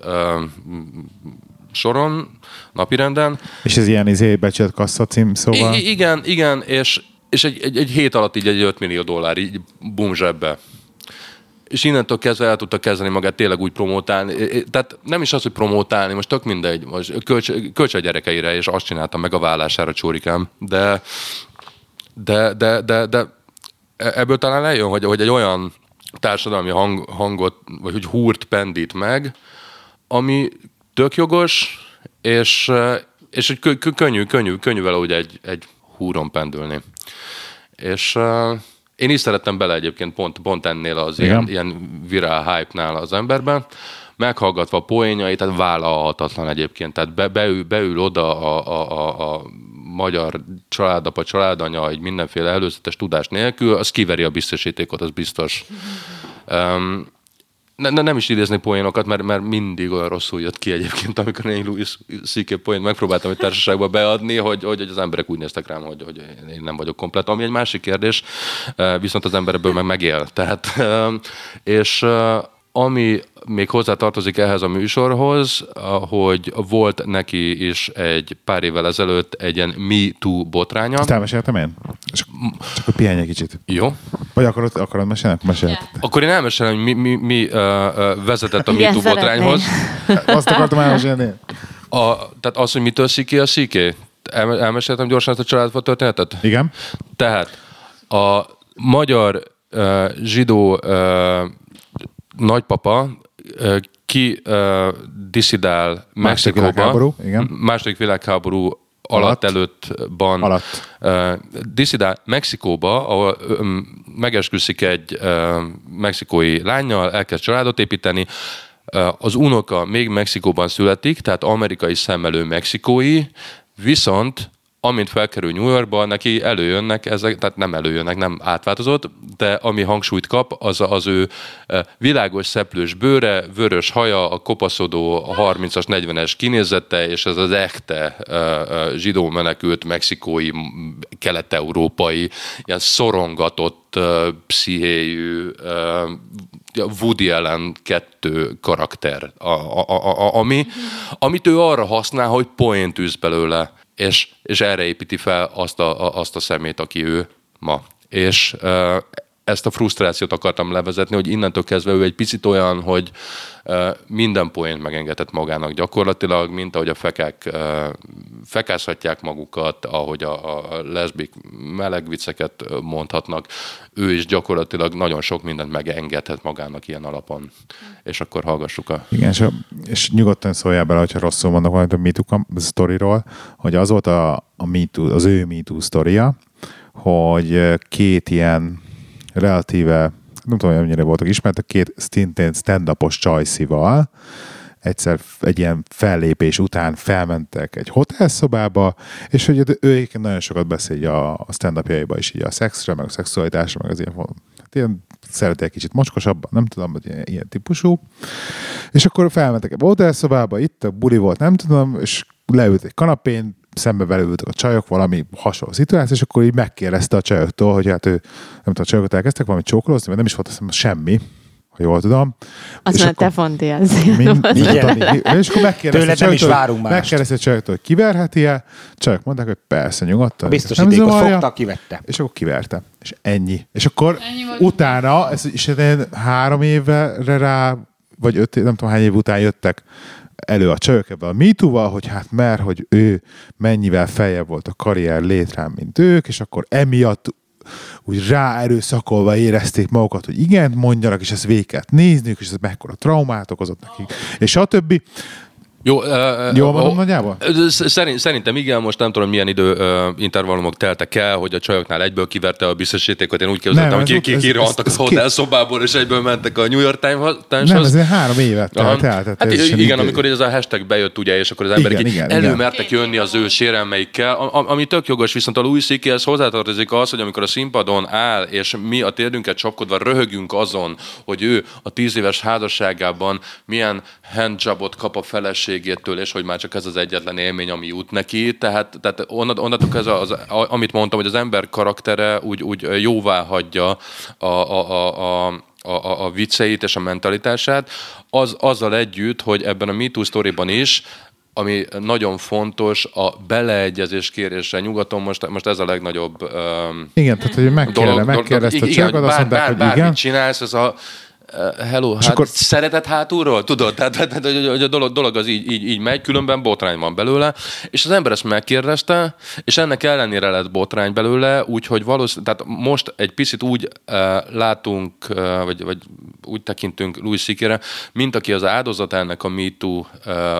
soron, napirenden. És ez ilyen izé becsült kasszacím, szóval? I- igen, igen, és, és egy, egy, egy hét alatt így egy öt millió dollár, így bum zsebbe. És innentől kezdve el tudta kezdeni magát tényleg úgy promótálni. Tehát nem is az, hogy promótálni, most tök mindegy, most kölcs, kölcs a gyerekeire, és azt csináltam meg a vállására, csórikám. De, de, de, de, de ebből talán lejön, hogy, hogy egy olyan társadalmi hang, hangot, vagy hogy húrt pendít meg, ami tök jogos, és, és egy kö, könnyű, könnyű, könnyű vele úgy egy, egy húron pendülni. És uh, én is szerettem bele egyébként pont, pont ennél az ilyen, ilyen virál hype-nál az emberben, meghallgatva a poénjait, tehát vállalhatatlan egyébként, tehát be, beül, beül oda a, a, a, a magyar családapa, családanya, egy mindenféle előzetes tudás nélkül, az kiveri a biztosítékot, az biztos. Um, Ne, ne, nem is idézni poénokat, mert, mert mindig olyan rosszul jött ki egyébként, amikor én Louis cé ká poént megpróbáltam egy társaságba beadni, hogy, hogy az emberek úgy néztek rám, hogy, hogy én nem vagyok komplet. Ami egy másik kérdés, viszont az ember ebből meg megél. Tehát, és ami még hozzá tartozik ehhez a műsorhoz, hogy volt neki is egy pár évvel ezelőtt egy ilyen Me Too botránya. Ezt elmeséltem én? Csak, csak pihenj egy kicsit. Jó. Vagy akarod, akarod mesélni? Mesélhet. Yeah. Akkor én elmesélem, hogy mi, mi, mi uh, uh, vezetett a Me Too botrányhoz. Azt akartam elmesélni. A, tehát az, hogy mitől sziké a sziké? El, elmeséltem gyorsan ezt a családfa történetet? Igen. Tehát a magyar uh, zsidó uh, nagypapa uh, ki uh, diszidál Mexikóba. Világháború, igen. Második világháború alatt, alatt előttban alatt. Uh, diszidál Mexikóba, ahol um, megesküszik egy uh, mexikói lánnyal, elkezd családot építeni. Uh, az unoka még Mexikóban születik, tehát amerikai szemmelő mexikói, viszont amint felkerül New Yorkba, neki előjönnek ezek, tehát nem előjönnek, nem átváltozott, de ami hangsúlyt kap, az az ő világos szeplős bőre, vörös haja, a kopaszodó a harmincas, negyvenes kinézete, és ez az echte zsidó menekült, mexikói, kelet-európai, ilyen szorongatott, pszichéjű, Woody Allen kettő karakter, a, a, a, a, ami, amit ő arra használ, hogy poént űz belőle. És, és erre építi fel azt a, a, azt a szemét, aki ő ma. És e, ezt a frusztrációt akartam levezetni, hogy innentől kezdve ő egy picit olyan, hogy e, minden poént megengedett magának gyakorlatilag, mint ahogy a fekák e, fekázhatják magukat, ahogy a, a leszbik meleg vicceket mondhatnak, ő is gyakorlatilag nagyon sok mindent megengedhet magának ilyen alapon. És akkor hallgassuk a... Igen, és, és nyugodtan szóljál bele, hogyha rosszul mondok valamit a MeToo sztoriról, hogy az volt a, a MeToo, az ő MeToo sztoria, hogy két ilyen relatíve, nem tudom, hogy mennyire voltak ismertek, két szintén stand-upos csajszival egyszer egy ilyen fellépés után felmentek egy hotelszobába, és hogy ő nagyon sokat beszél a stand-upjaiba is így a szexre, meg a szexualitásra, meg az ilyen, hát ilyen szereti egy kicsit mocskosabban, nem tudom, hogy ilyen, ilyen típusú. És akkor felmentek egy hotelszobába, itt a buli volt, nem tudom, és leült egy kanapén, szembe belültek a csajok, valami hasonló szituáció, és akkor így megkérdezte a csajoktól, hogy hát ő, nem tudom, a csajokat elkezdtek valami csókolózni, mert nem is volt azt hiszem semmi, ha jól tudom. Azt mondta, te fantiázni. És akkor megkérdezte nem is várunk mást. Megkérdezte a csajoktól, hogy kiverheti-e, csajok mondták, hogy persze, nyugodtan. A biztosítékot fogta, kivette. És akkor kiverte. És ennyi. És akkor utána, ez, és három évre rá, vagy öt, nem tudom hány év után jöttek elő a csajok ebben a MeToo-val, hogy hát mert, hogy ő mennyivel feljebb volt a karrier létrán, mint ők, és akkor emiatt úgy ráerőszakolva érezték magukat, hogy igent mondjanak, és ezt végig kellett nézniük, és ez mekkora traumát okozott nekik, és a többi. Jó, uh, Jól mondom uh, nagyjából? Szerint, szerintem igen, most nem tudom, milyen idő uh, intervallumok teltek el, hogy a csajoknál egyből kiverte a biztosítékot. Én úgy képzeltem, hogy ki kirohantak a hotelszobából, és egyből mentek a New York Times-hoz. Nem, ez három évet telt el. Hát igen, igen, amikor ez a hashtag bejött, ugye, és akkor az emberek igen, igen, előmertek jönni az ő sérelmeikkel, ami tök jogos, viszont a Louis cé ká-hez hozzátartozik az, hogy amikor a színpadon áll, és mi a térdünket csapkodva röhögünk azon, hogy ő a tíz éves házasságában milyen handjobot kap a feleségétől, és hogy már csak ez az egyetlen élmény, ami jut neki. Tehát, tehát onnantól ez az, az, amit mondtam, hogy az ember karaktere úgy, úgy jóvá hagyja a, a, a, a A, a vicceit és a mentalitását, az, azzal együtt, hogy ebben a MeToo sztoriban is, ami nagyon fontos, a beleegyezés kérése nyugaton, most, most ez a legnagyobb um, igen, tehát hogy megkérdezte, megkérdezte a csajokat, azt mondták, bár, hogy bár, igen. Bármit csinálsz, ez a Uh, hello, hát akkor... szereted hátulról? Tudod, tehát, tehát hogy a dolog, dolog az így, így, így megy, különben botrány van belőle, és az ember ezt megkérdezte, és ennek ellenére lett botrány belőle, úgyhogy valószínűleg, tehát most egy picit úgy uh, látunk, uh, vagy, vagy úgy tekintünk Louis cé ká-re, mint aki az áldozat ennek a MeToo uh,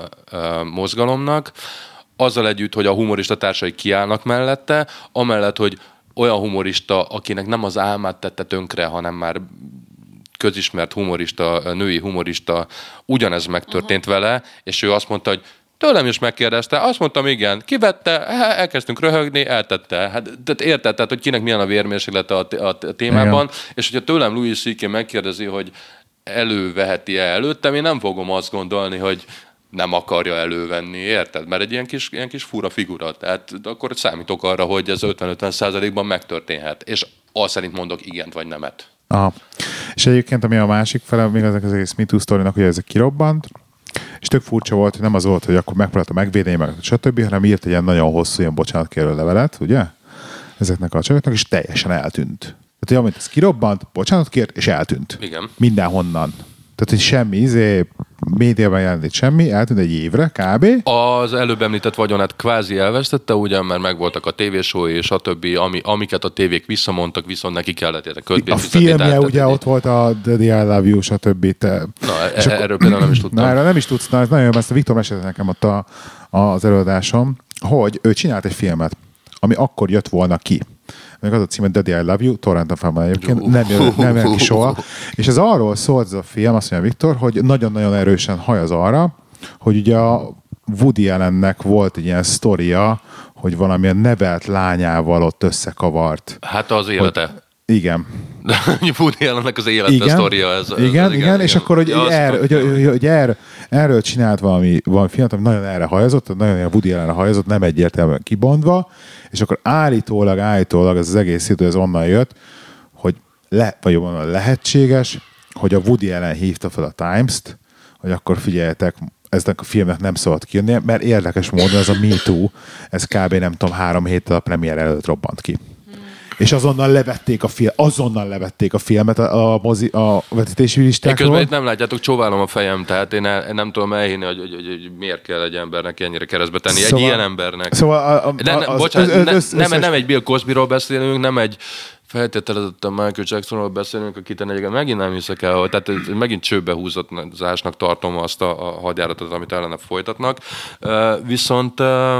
uh, mozgalomnak, azzal együtt, hogy a humorista társai kiállnak mellette, amellett, hogy olyan humorista, akinek nem az álmát tette tönkre, hanem már közismert humorista, női humorista, ugyanez megtörtént uh-huh. vele, és ő azt mondta, hogy tőlem is megkérdezte, azt mondtam, igen, kivette, elkezdtünk röhögni, eltette. Hát, tehát érted, tehát, hogy kinek milyen a vérmérséklete a, a témában, igen. És hogyha tőlem Louis cé ká megkérdezi, hogy előveheti-e előttem, én nem fogom azt gondolni, hogy nem akarja elővenni, érted? Mert egy ilyen kis, ilyen kis fura figura, tehát akkor számítok arra, hogy ez ötven-ötven százalékban megtörténhet, és azt szerint mondok igent vagy nemet. Aha. És egyébként, ami a másik fele, még az egész MeToo sztorinak, hogy ez kirobbant, és tök furcsa volt, hogy nem az volt, hogy akkor megpróbálta megvédeni, meg stb., hanem írt egy ilyen nagyon hosszú, ilyen bocsánatkérő levelet, ugye? Ezeknek a csajoknak, és teljesen eltűnt. Tehát, hogy amint ez kirobbant, bocsánat kért, és eltűnt. Igen. Mindenhonnan. Tehát, hogy semmi, izé, médiában jelentett semmi, eltűnt egy évre, kb. Az előbb említett vagyonát kvázi elvesztette, ugyan, mert megvoltak a tévésói és a többi, ami, amiket a tévék visszamondtak, viszont neki kellett érte kötvényt A filmje ugye ott volt a Daddy I Love You, stb. Te... Na, e- akkor... erről például nem is tudtam. Na, erről nem is tudsz, na, ez nagyon jó, ezt a Viktor mesélte nekem ott a, az előadásom, hogy ő csinált egy filmet, ami akkor jött volna ki. Még az a címe Daddy I Love You, torrenton fel van egyébként, nem jön, nem jön ki soha. És ez arról szólt ez a film, azt mondja Viktor, hogy nagyon-nagyon erősen hajaz arra, hogy ugye a Woody Allennek volt egy ilyen sztoria, hogy valamilyen nevelt lányával ott összekavart. Hát az élete. Hogy, igen. Woody Allennek az élete igen, sztoria. Ez, igen, ez, igen, igen, igen, és akkor, hogy, ja, er, hogy, hogy, hogy er, erről csinált valami, valami filmet, ami nagyon erre hajazott, nagyon ilyen Woody Allenre hajazott, nem egyértelműen kibontva, és akkor állítólag, állítólag ez az egész szitú, ez onnan jött, hogy le, vagy jobban lehetséges, hogy a Woody Allen hívta fel a Times-t, hogy akkor figyeljetek, eznek a filmnek nem szabad kijönnie, mert érdekes módon ez a MeToo, ez kb. Nem tudom, három héttel a premier előtt robbant ki. És azonnal levették a film, azonnal levették a filmet a, a, mozi, a vetítési listákról. Én közben itt nem látjátok, csóválom a fejem, tehát én, el, én nem tudom elhinni, hogy, hogy, hogy, hogy miért kell egy embernek ennyire keresztbe tenni. Szóval, egy ilyen embernek. Szóval a, a, de, ne, az, bocsánat, az, az, ne, az, nem, az, nem egy Bill Cosbyról beszélünk, nem egy feltételezett Michael Jacksonról beszélünk, akit egyébként megint nem hiszek el, tehát megint csőbe húzatásnak tartom azt a, a hadjáratot, amit ellene folytatnak. Uh, viszont uh,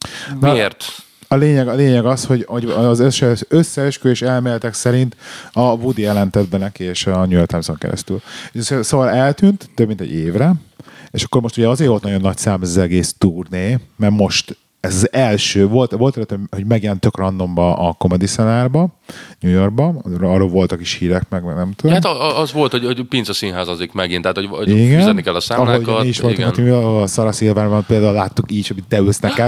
miért? A lényeg, a lényeg az, hogy, hogy az összeesküvés elméletek szerint a Woody Allen tett be neki, és a New York Times-on keresztül. Szóval eltűnt több mint egy évre, és akkor most ugye azért volt nagyon nagy szám ez az egész turné, mert most ez az első, volt, volt előtt, hogy megjelent tök randomba a Comedy Cellarba, New Yorkba, arról voltak is hírek, meg nem tudom. Hát az volt, hogy, hogy Pince színházazik megint, tehát hogy, hogy fizetni kell a számlákat. Ahogy mi is voltunk, igen. A Sarah Silverman például láttuk így, amit te ülsz nekem.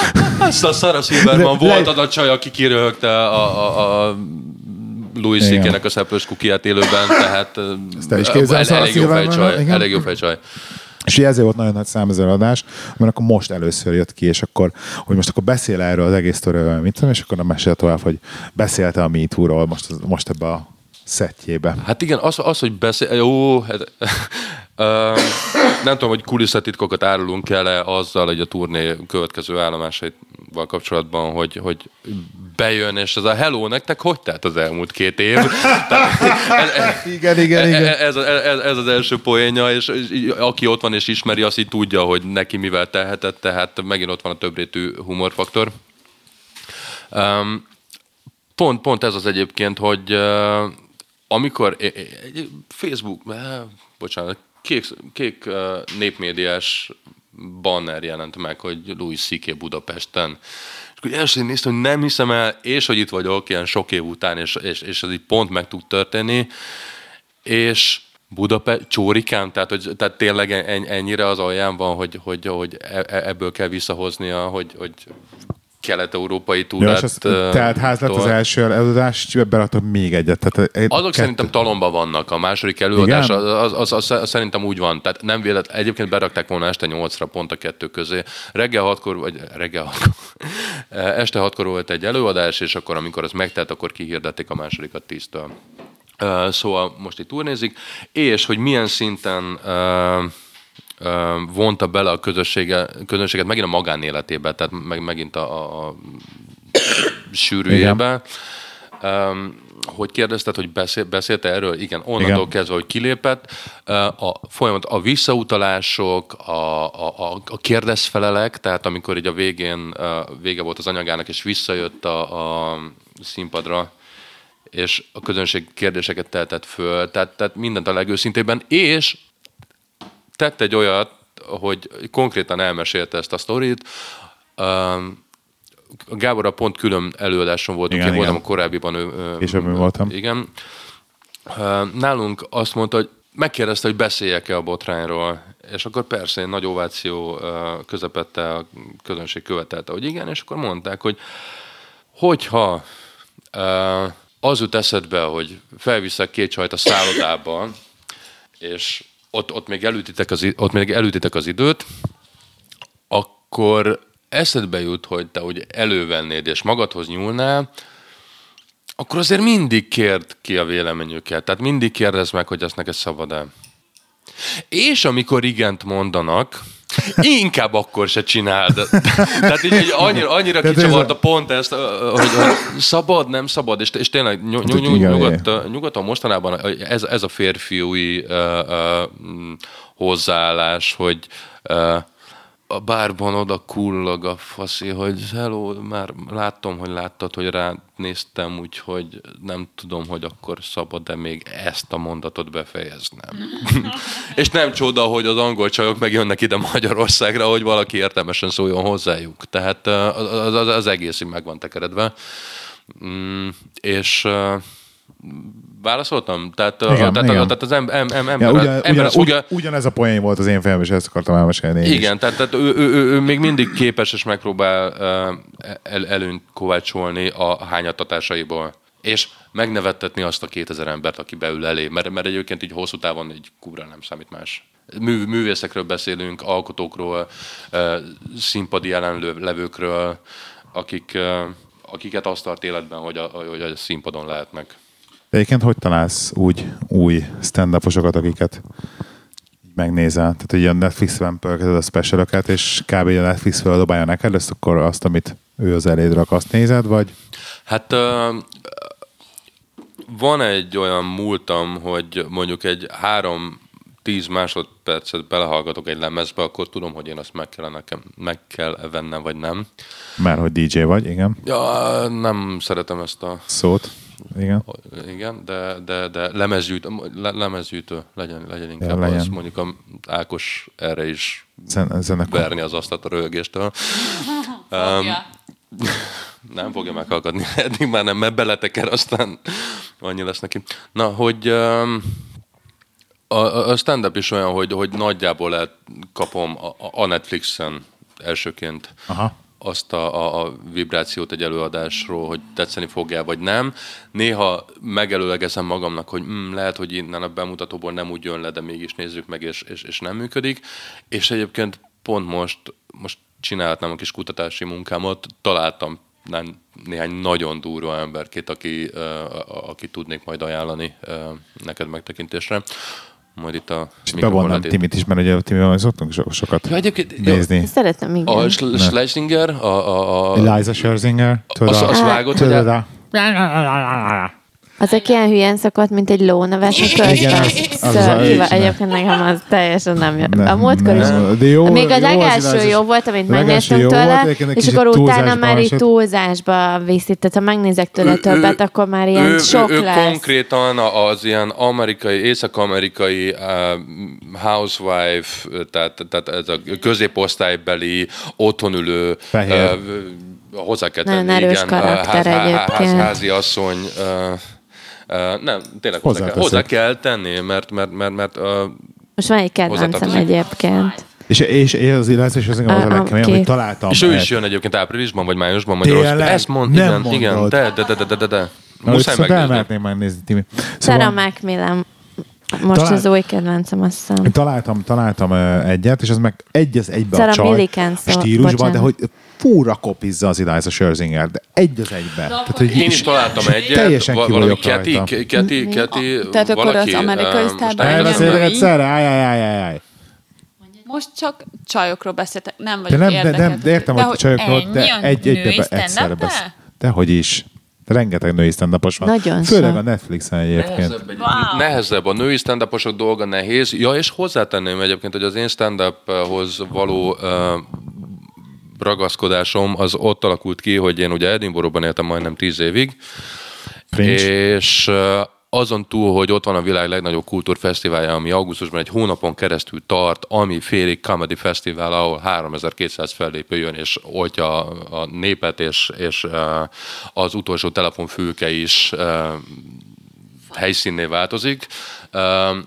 Azt a Sarah Silverman volt az a csaj, aki kiröhögte a, a, a Louis cé ká-nek a szeplős kukiát élőben, tehát el, elég, jó fejcsaj, elég jó fejcsaj. És ezért volt nagyon nagy szám ez adás, mert akkor most először jött ki, és akkor, hogy most akkor beszél erről az egész sztoriról, mit tudom, és akkor nem mesél tovább, hogy beszélte a MeToo-ról most, most ebbe a szettjébe. Hát igen, az, az hogy beszél... Jó, hát, uh, nem tudom, hogy kulisszatitkokat árulunk el azzal, hogy a turné következő állomásaival kapcsolatban, hogy, hogy bejön, és az a hello, nektek hogy telt az elmúlt két év? Tehát, ez, ez, igen, igen, igen. Ez, ez, ez az első poénja, és aki ott van és ismeri, azt így tudja, hogy neki mivel telhetett, tehát megint ott van a többrétű humorfaktor. Um, pont, pont ez az egyébként, hogy uh, amikor Facebook, uh, bocsánat, kék, kék uh, népmédiás banner jelent meg, hogy Louis cé ká Budapesten. És akkor első néztem, hogy nem hiszem el, és hogy itt vagyok ilyen sok év után, és, és, és ez így pont meg tud történni. És Budapest, Csórikán, tehát, hogy, tehát tényleg ennyire az alján van, hogy, hogy, hogy ebből kell visszahoznia, hogy, hogy kelet-európai túrát. Ja, tehát ház lett az első előadás, és beraktam még egyet. Tehát egy, Azok kettő. Szerintem talomban vannak. A második előadás az, az, az, az, az szerintem úgy van. Tehát nem véletlen. Egyébként berakták volna este nyolcra pont a kettő közé. Reggel hatkor, vagy reggel hatkor. Este hatkor volt egy előadás, és akkor, amikor az megtelt, akkor kihirdették a másodikat tíztől. Uh, szóval most itt turnézik, és hogy milyen szinten uh, uh, vonta bele a közönséget megint a magánéletébe, tehát meg, megint a, a, a sűrűjébe. Um, hogy kérdezted, hogy beszél, beszélte erről? Igen, onnantól Igen. kezdve, hogy kilépett. A folyamat, a visszautalások, a, a, a kérdezfelelek, tehát amikor így a végén vége volt az anyagának, és visszajött a, a színpadra, és a közönség kérdéseket tehetett föl, tehát, tehát mindent a legőszintében, és tett egy olyat, hogy konkrétan elmesélte ezt a sztorit. A Gáborral pont külön előadáson voltunk, igen, én igen. voltam a korábbiban. Később voltam. Igen. Nálunk azt mondta, hogy megkérdezte, hogy beszéljek-e a botrányról, és akkor persze egy nagy ováció közepette a közönség követelte, hogy igen, és akkor mondták, hogy hogyha az jut eszedbe, hogy felviszek két csajt a szállodába, és ott, ott, még elütitek az, ott még elütitek az időt, akkor eszedbe jut, hogy te úgy elővennéd, és magadhoz nyúlnál, akkor azért mindig kérd ki a véleményüket. Tehát mindig kérdezd meg, hogy ezt neked szabad-e. És amikor igent mondanak, inkább akkor se csináld. Tehát így, így annyira, annyira kicsavarta pont ezt, hogy, hogy szabad, nem szabad, és, és tényleg ny- ny- ny- nyugodt, nyugodtan mostanában ez, ez a férfiúi uh, uh, hozzáállás, hogy uh, a bárban oda kullog a faszi, hogy hello, már láttam, hogy láttad, hogy ránéztem, úgyhogy nem tudom, hogy akkor szabad-e még ezt a mondatot befejeznem. És nem csoda, hogy az angol csajok megjönnek ide Magyarországra, hogy valaki értelmesen szóljon hozzájuk. Tehát az, az, az egész így meg van tekeredve. Mm, és... válaszoltam? Tehát, igen, a, tehát, igen. A, tehát az em, em, em, ember... Ja, ugyan, ember ugyan, ugyan, ugyanez a poén volt az én fejem, és ezt akartam elmesélni. Igen, is. tehát, tehát ő, ő, ő, ő még mindig képes, és megpróbál el, előnyt kovácsolni a hányattatásaiból. És megnevettetni azt a kétezer embert, aki beül elé. Mert, mert egyébként így hosszú távon így kurva nem számít más. Mű, művészekről beszélünk, alkotókról, színpadi jelenlevőkről, akik, akiket azt tart életben, hogy a, hogy a színpadon lehetnek. Egyébként hogy találsz úgy új stand-uposokat, akiket megnézel? Tehát ugye a Netflixben pörgeted a specialokat, és kb. A Netflix feldobálja neked, ezt akkor azt, amit ő az eléd rak, azt nézed, vagy? Hát uh, van egy olyan múltam, hogy mondjuk egy három tíz másodpercet belehallgatok egy lemezbe, akkor tudom, hogy én azt meg kell, nekem, meg kell vennem, vagy nem. Mert hogy dé dzsé vagy, igen. Ja, nem szeretem ezt a... szót. Igen. Igen, de, de, de lemezgyűjtő, le, lemezgyűjtő legyen, legyen inkább ja, legyen. Az. Mondjuk a Ákos erre is Zen- verni az asztalt a röhögéstől. um, nem fogja meghallgatni, eddig már nem, mert beleteker, aztán annyi lesz neki. Na, hogy um, a, a stand-up is olyan, hogy, hogy nagyjából kapom a, a Netflixen elsőként. Aha. azt a, a, a vibrációt egy előadásról, hogy tetszeni fogja, vagy nem. Néha megelőlegezem magamnak, hogy mm, lehet, hogy innen a bemutatóból nem úgy jön le, de mégis nézzük meg, és, és, és nem működik. És egyébként pont most, most csinálhatnám a kis kutatási munkámat, találtam nem, néhány nagyon durva emberkét, aki, uh, aki tudnék majd ajánlani uh, neked megtekintésre. majd itt a bevonnám Timit is, mert ugye Timivel szoktunk so- sokat ja, egyébként, nézni. Szeretem, igen. A Schlesinger, a, a, a... Eliza Scherzinger. Az, az vágott, hogy... A... Azok ilyen hülyen szokott, mint egy ló nevetni közben. Igen, az- az az- Egyébként nekem az teljesen nem jött. Nem, A múltkor is. nem, de jó- Még a jó az legelső Eliza- jó volt, amit a legelső megnéztünk jó volt, tőle, egyébként egy és kicsit akkor utána túlzásban már így esett. túlzásba viszi. Tehát ha megnézek tőle Ő- többet, ő- akkor már ilyen ő, sok ő, ő lesz. konkrétan az ilyen amerikai, észak-amerikai uh, housewife, tehát, tehát ez a középosztálybeli, otthonülő, Fehér. uh, hozzá kell Nagyon tenni, erős igen, karakter ház, ház, egyébként. házi asszony, uh, Uh, nem, tényleg hozzá kell, Hozzáteszed. hozzá kell tenni, mert, mert, mert, mert uh, Most van egy kedvencem hozzátartozik. egyébként. És, és, és az Eliza Scherzinger az a A- a legkemény, két. hogy találtam. és ő is egy- jön egyébként áprilisban, vagy májusban Tényleg? Magyarországon. Ezt mond, Nem igen, mondod. igen, de, de, de, de, de, de, de. Na, Muszáj viszont megnézni. elmehetném megnézni, Timi. Sarah Szóval Macmillan. Most Talán- az új kedvencem, azt hiszem. találtam, találtam uh, egyet, és az meg egy az egybe a Sarah csaj Millican szó- stílusban, bocsánat. de hogy fúra kopizza az Eliza Scherzinger, de egy az egybe. Tehát, hogy Én is találtam egyet, teljesen val- ki valami vagyok Keti, rajta. Keti, Keti, Tehát akkor valaki, az amerikai eh, sztárban most nem- igen. Elbeszéltek vagy? egyszerre? Áj, áj, áj, áj, áj. Most csak csajokról beszéltek, nem De vagyok nem, de, érdekel. nem, de értem, hogy csajokról, de egy, egy, női egyszerre stand-up-be? beszél. Dehogy is. De rengeteg női stand-upos van. Nagyon Főleg sok. a Netflixen egyébként. Nehezebb, egy, Wow. nehezebb, a női stand-uposok dolga nehéz. Ja, és hozzátenném egyébként, hogy az én stand-uphoz való uh, ragaszkodásom az ott alakult ki, hogy én ugye Edinburghban éltem majdnem tíz évig, Fringe. és uh, azon túl, hogy ott van a világ legnagyobb kultúrfesztiválja, ami augusztusban egy hónapon keresztül tart, ami félig comedy fesztivál, ahol háromezer-kétszáz fellépő jön, és oltja a népet, és, és uh, az utolsó telefonfülke is uh, helyszínné változik. Uh,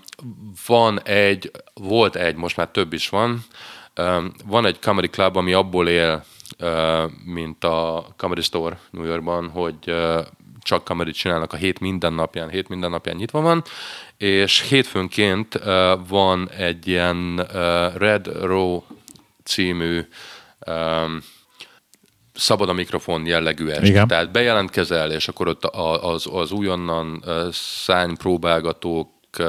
van egy, volt egy, most már több is van, uh, van egy comedy club, ami abból él, uh, mint a Comedy Store New Yorkban, hogy uh, csak comedy csinálnak a hét minden napján, hét minden napján nyitva van, és hétfőnként uh, van egy ilyen uh, Red Row című um, szabad a mikrofon jellegű est. Igen. Tehát bejelentkezel, és akkor ott az, az újonnan uh, szárnypróbálgatók uh,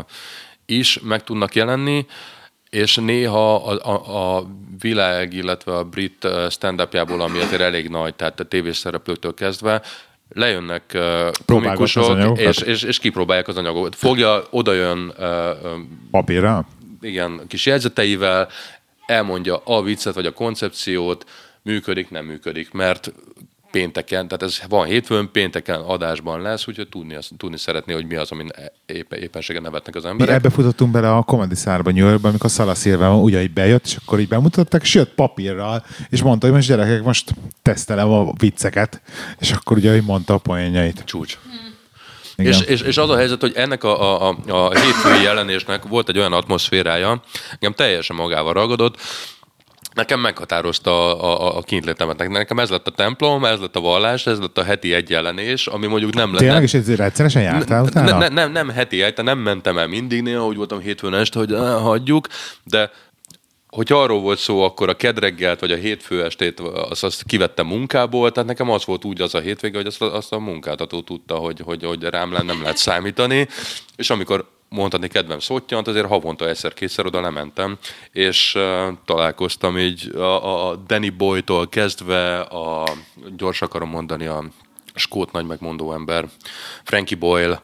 is meg tudnak jelenni, és néha a, a, a világ, illetve a brit stand-upjából, ami azért elég nagy, tehát a tévészereplőtől kezdve, lejönnek uh, komikusok, az anyagokat? és, és, és kipróbálják az anyagot. Fogja, odajön uh, Papírra? igen, kis jegyzeteivel, elmondja a viccet vagy a koncepciót, működik, nem működik, mert pénteken, tehát ez van hétfőn, pénteken adásban lesz, úgyhogy tudni, tudni szeretné, hogy mi az, amin éppen, éppenséggel nevetnek az Mi emberek. ebbe futottunk bele a Comedy Szárba New Yorkban, amikor Szala Szilvában ugyanígy bejött, és akkor így bemutatták, és jött papírral, és mondta, hogy most gyerekek, most tesztelem a vicceket, és akkor ugye így mondta a poénjait. Csúcs. Igen. És, és, és az a helyzet, hogy ennek a, a, a hétfői jelenésnek volt egy olyan atmoszférája, engem teljesen magával ragadott, nekem meghatározta a, a, a kintlétemet. Nekem ez lett a templom, ez lett a vallás, ez lett a heti egy jelenés, ami mondjuk nem lenne... Tényleg, és ezért rendszeresen jártál utána? Ne, ne, nem, nem heti egy, tehát nem mentem el mindig, néha úgy voltam hétfőn este, hogy ah, hagyjuk, de hogyha arról volt szó, akkor a kedreggelt, vagy a hétfő estét azt, azt kivettem munkából, tehát nekem az volt úgy az a hétvége, hogy azt, azt a munkáltató tudta, hogy, hogy, hogy rám nem lehet számítani, és amikor mondhatni kedvem szottyant, azért havonta egyszer-kétszer oda lementem, és uh, találkoztam így a, a Danny Boy-tól kezdve, a, gyors akarom mondani, a skót nagy megmondó ember, Frankie Boyle,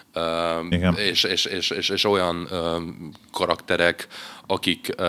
uh, és, és, és, és, és olyan uh, karakterek, akik uh,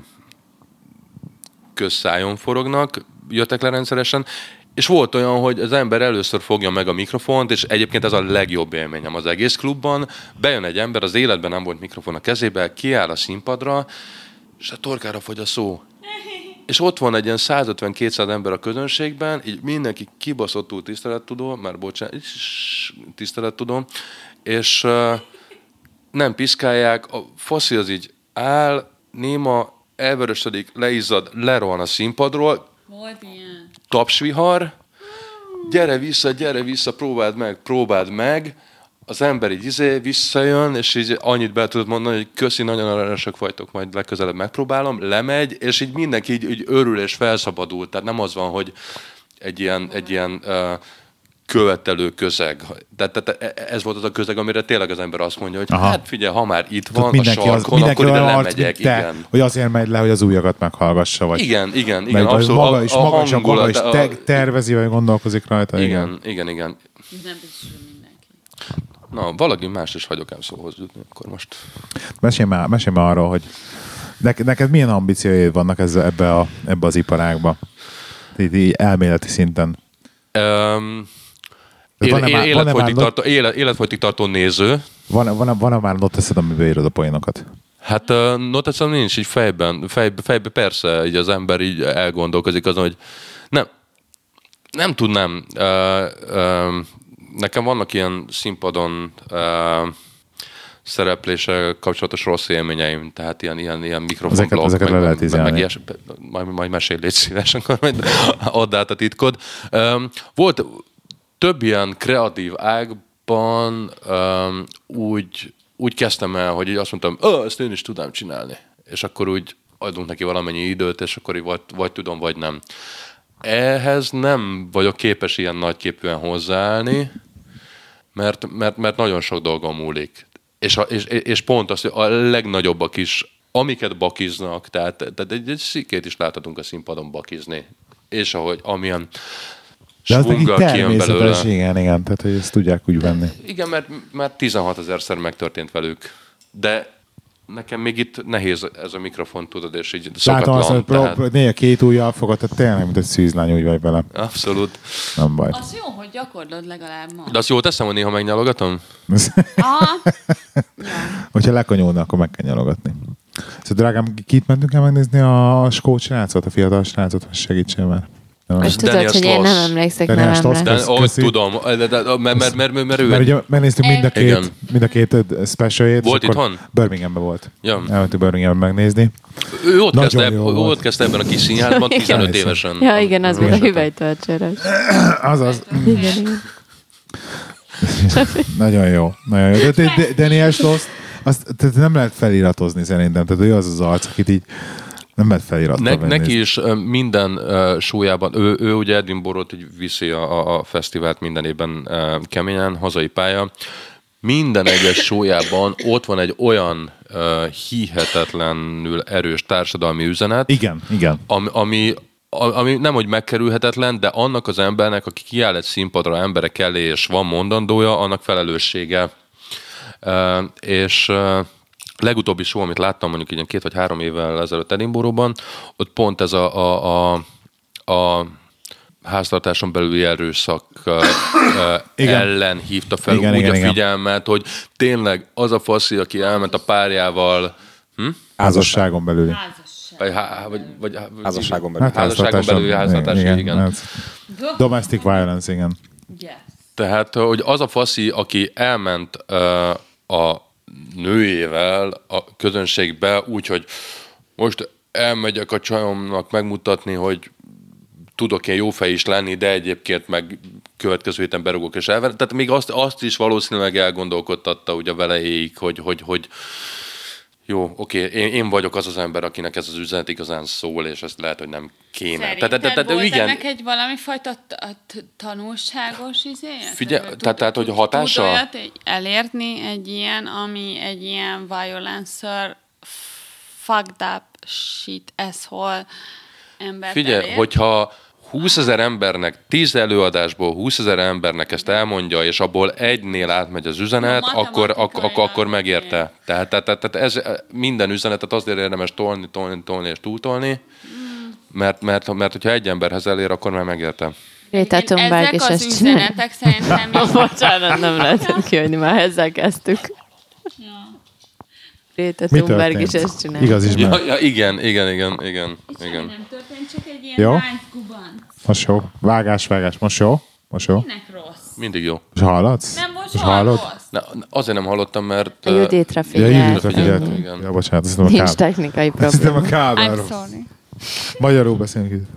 közszájon forognak, jöttek le rendszeresen, és volt olyan, hogy az ember először fogja meg a mikrofont, és egyébként ez a legjobb élményem az egész klubban. Bejön egy ember, az életben nem volt mikrofon a kezébe, kiáll a színpadra, és a torkára fogy a szó. És ott van egy ilyen százötven-kétszáz ember a közönségben, így mindenki kibaszottul tisztelettudó, már bocsánat, tisztelettudó, és uh, nem piszkálják, a faszi az így áll, néma, elvörösödik, leizzad, lerohan a színpadról, Volt ilyen. tapsvihar, gyere vissza, gyere vissza, próbáld meg, próbáld meg, az ember így izé visszajön, és így annyit be tudod mondani, hogy köszi, nagyon aranyosak vagytok, majd legközelebb megpróbálom, lemegy, és így mindenki így, így örül és felszabadul, tehát nem az van, hogy egy ilyen, egy ilyen uh, követelő közeg. Tehát, tehát ez volt az a közeg, amire tényleg az ember azt mondja, hogy Aha. hát figyelj, ha már itt van mindenki a sarkon, az, akkor ide olyan arc, lemegyek. mint te, Igen. hogy azért megy le, hogy az újakat meghallgassa. Vagy Igen, igen, igen. Meg, Abszolút. maga is, a, a maga is, hangulat, maga is te, tervezi, vagy gondolkozik rajta. igen, Igen, igen, igen. Nem biztos, hogy mindenki. Na, valaki más is hagyok el szóhoz jutni, akkor most. Mesélj már, mesélj már arról, hogy neked, neked milyen ambícióid vannak ezzel, ebbe, a, ebbe az iparágba? Így, így elméleti szinten. Um, Van-e éle, már- életfolytig, van-e már tartó, élet, életfolytig tartó néző. Van, van, van már noteszed, amiben írod a poénokat? Hát uh, noteszem nincs így fejben. Fejbe, fejbe persze így az ember így elgondolkozik azon, hogy nem, nem tudnám. Uh, uh, nekem vannak ilyen színpadon uh, szerepléssel kapcsolatos rossz élményeim, tehát ilyen, ilyen, ilyen mikrofonblog, Ezeket- ezeket le lehet meg, meg, izelni. meg ilyes, majd, majd mesélj, légy szíves, akkor majd add át a titkod. Um, volt több ilyen kreatív ágban um, úgy, úgy kezdtem el, hogy így azt mondtam, oh, ezt én is tudám csinálni. És akkor úgy adunk neki valamennyi időt, és akkor így vagy, vagy tudom, vagy nem. Ehhez nem vagyok képes ilyen nagyképűen hozzáállni, mert, mert, mert nagyon sok dolgom múlik. És, a, és, és pont az, hogy a legnagyobbak is, amiket bakiznak, tehát, tehát egy, egy szikét is láthatunk a színpadon bakizni. És ahogy amilyen De az nekik svunggal kijön belőle. természetes, igen, igen, tehát hogy ezt tudják úgy venni. Igen, mert, mert tizenhatezerszer megtörtént velük. De nekem még itt nehéz ez a mikrofon, tudod, és így Látom azt, hogy szokatlan. pro, néha két ujjal fogod, tehát tényleg, mint egy szűzlány úgy vagy vele. Abszolút. Nem baj. Az jó, hogy gyakorlod legalább ma. De azt jól teszem, hogy néha megnyalogatom? Aha. Hogyha lekonyulna, akkor meg kell nyalogatni. Szóval drágám, kit mentünk el megnézni a skót srácot, a fiatal srácot, hogy segítsen már. Nem. És tudod, Daniel hogy én nem Sloss. emlékszek Daniel Sloss. nevemre. De, Kösz- ahogy köszi. tudom, de, de, de, mert, mert, mert, mert ő... Mert ugye megnéztük mind a Igen. két, mind a két specialjét. Volt és akkor itthon? Birminghamben volt. Ja. Elmentünk Birminghamben megnézni. Ő ott Nagyon kezdte, jó ő volt. ott kezdte ebben a kis színházban tizenöt évesen. Ja, igen, az volt a Igen. hüvelytölcsörös. Azaz. Igen, igen. Nagyon jó. Nagyon jó. De, de, de Daniel Sloss, azt tehát nem lehet feliratozni szerintem. Tehát ő az az arc, akit így nem lehet feliratni. Ne, neki is ö, minden uh, súlyában, ő, ő ugye Edinburgh-ot így viszi a, a, a fesztivált minden évben uh, keményen, hazai pálya. Minden egyes súlyában ott van egy olyan uh, hihetetlenül erős társadalmi üzenet, Igen, igen. ami, ami, ami nem, hogy megkerülhetetlen, de annak az embernek, aki kiáll egy színpadra emberek elé, és van mondandója, annak felelőssége. Uh, és uh, legutóbbi show, amit láttam mondjuk így két vagy három évvel ezelőtt Edinburghban, ott pont ez a, a, a, a háztartáson belüli erőszak uh, ellen hívta fel Igen, úgy igen, a igen. figyelmet, hogy tényleg az a faszi, aki elment a párjával, hm? Házasságon belüli. Vagy, há- vagy, vagy, vagy Házasságon belül. Hát házasságon belüli háztartás, igen. igen. hát Domestic violence, igen. Yes. Tehát, hogy az a faszi, aki elment uh, a nőjével a közönségbe, úgyhogy most elmegyek a csajomnak megmutatni, hogy tudok én jó fej is lenni, de egyébként meg következő héten berugok és elver. Tehát még azt, azt is valószínűleg elgondolkodtatta ugye velejéig, hogy, hogy, hogy jó, oké, én, én vagyok az az ember, akinek ez az üzenet igazán szól, és ezt lehet, hogy nem kéne. Szerinted Tehát, tehát, volt igen, ennek egy valami fajta t- t- tanulságos izéje? Figyelj, Tud- tehát- tehát, hogy tud- hatása? Tud olyat egy- elérni egy ilyen, ami egy ilyen violencer fucked up shit asshole embert Figyelj, elér? hogyha húszezer embernek, tíz előadásból húszezer embernek ezt elmondja, és abból egynél átmegy az üzenet, No, akkor, akkor, akkor, akkor matematikailag, megérte. Tehát, tehát, tehát, tehát ez minden üzenetet azért érdemes tolni, tolni, tolni és túltolni, mert, mert, mert hogyha egy emberhez elér, akkor már megérte. Greta Én- Thunberg ezek is az ezt csinál. üzenetek szerintem így- Bocsánat, nem lehetett kijönni, már ezzel kezdtük. Greta Mi Thunberg is történt? ezt csinál. Igaz is Ja, meg. ja, igen, igen, igen, igen, Semmi igen. nem történt, csak egy ilyen Jó. nice gubanc. Most jó. Vágás, vágás. Most jó? Most jó? Minek rossz? Mindig jó. Most hallatsz? Nem volt Most soha hallod? rossz. Na, azért nem hallottam, mert... A Juditra Ja, figyel. Juditra figyelt. Igen. Ja, bocsánat, azt hiszem a Nincs kábel. technikai Azt hiszem a probléma. I'm kábelról. sorry. Magyarul beszélünk itt.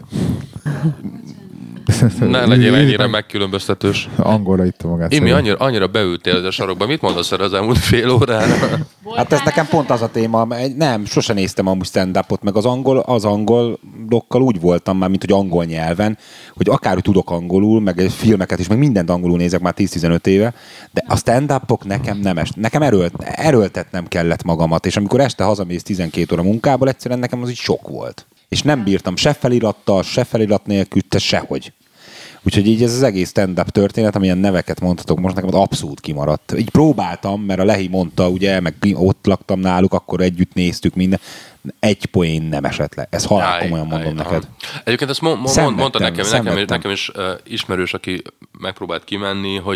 Ne legyél ennyire megkülönböztetős. Angolra itta magát. Imi, szerintem. annyira, annyira beültél a sarokba. Mit mondasz erre az elmúlt fél órára? Hát ez nekem pont az a téma, mert nem, sosem néztem amúgy stand-upot, meg az angol, az angol stand-upokkal úgy voltam már, mint hogy angol nyelven, hogy akár hogy tudok angolul, meg filmeket is, meg mindent angolul nézek már tíz-tizenöt éve, de a stand-upok nekem nem est. Nekem erőlt, erőltetnem kellett magamat, és amikor este hazamész tizenkét óra munkából, egyszerűen nekem az így sok volt. És nem bírtam se felirattal, se felirat nélkül, te sehogy. Úgyhogy így ez az egész stand-up történet, amilyen neveket mondhatok most, nekem abszolút kimaradt. Így próbáltam, mert a Lehi mondta, ugye, meg ott laktam náluk, akkor együtt néztük minden. Egy poén nem esett le. Ez halál komolyan mondom áj, neked. Aha. Egyébként ezt mo- mo- mondta nekem, nekem, nekem is uh, ismerős, aki megpróbált kimenni, hogy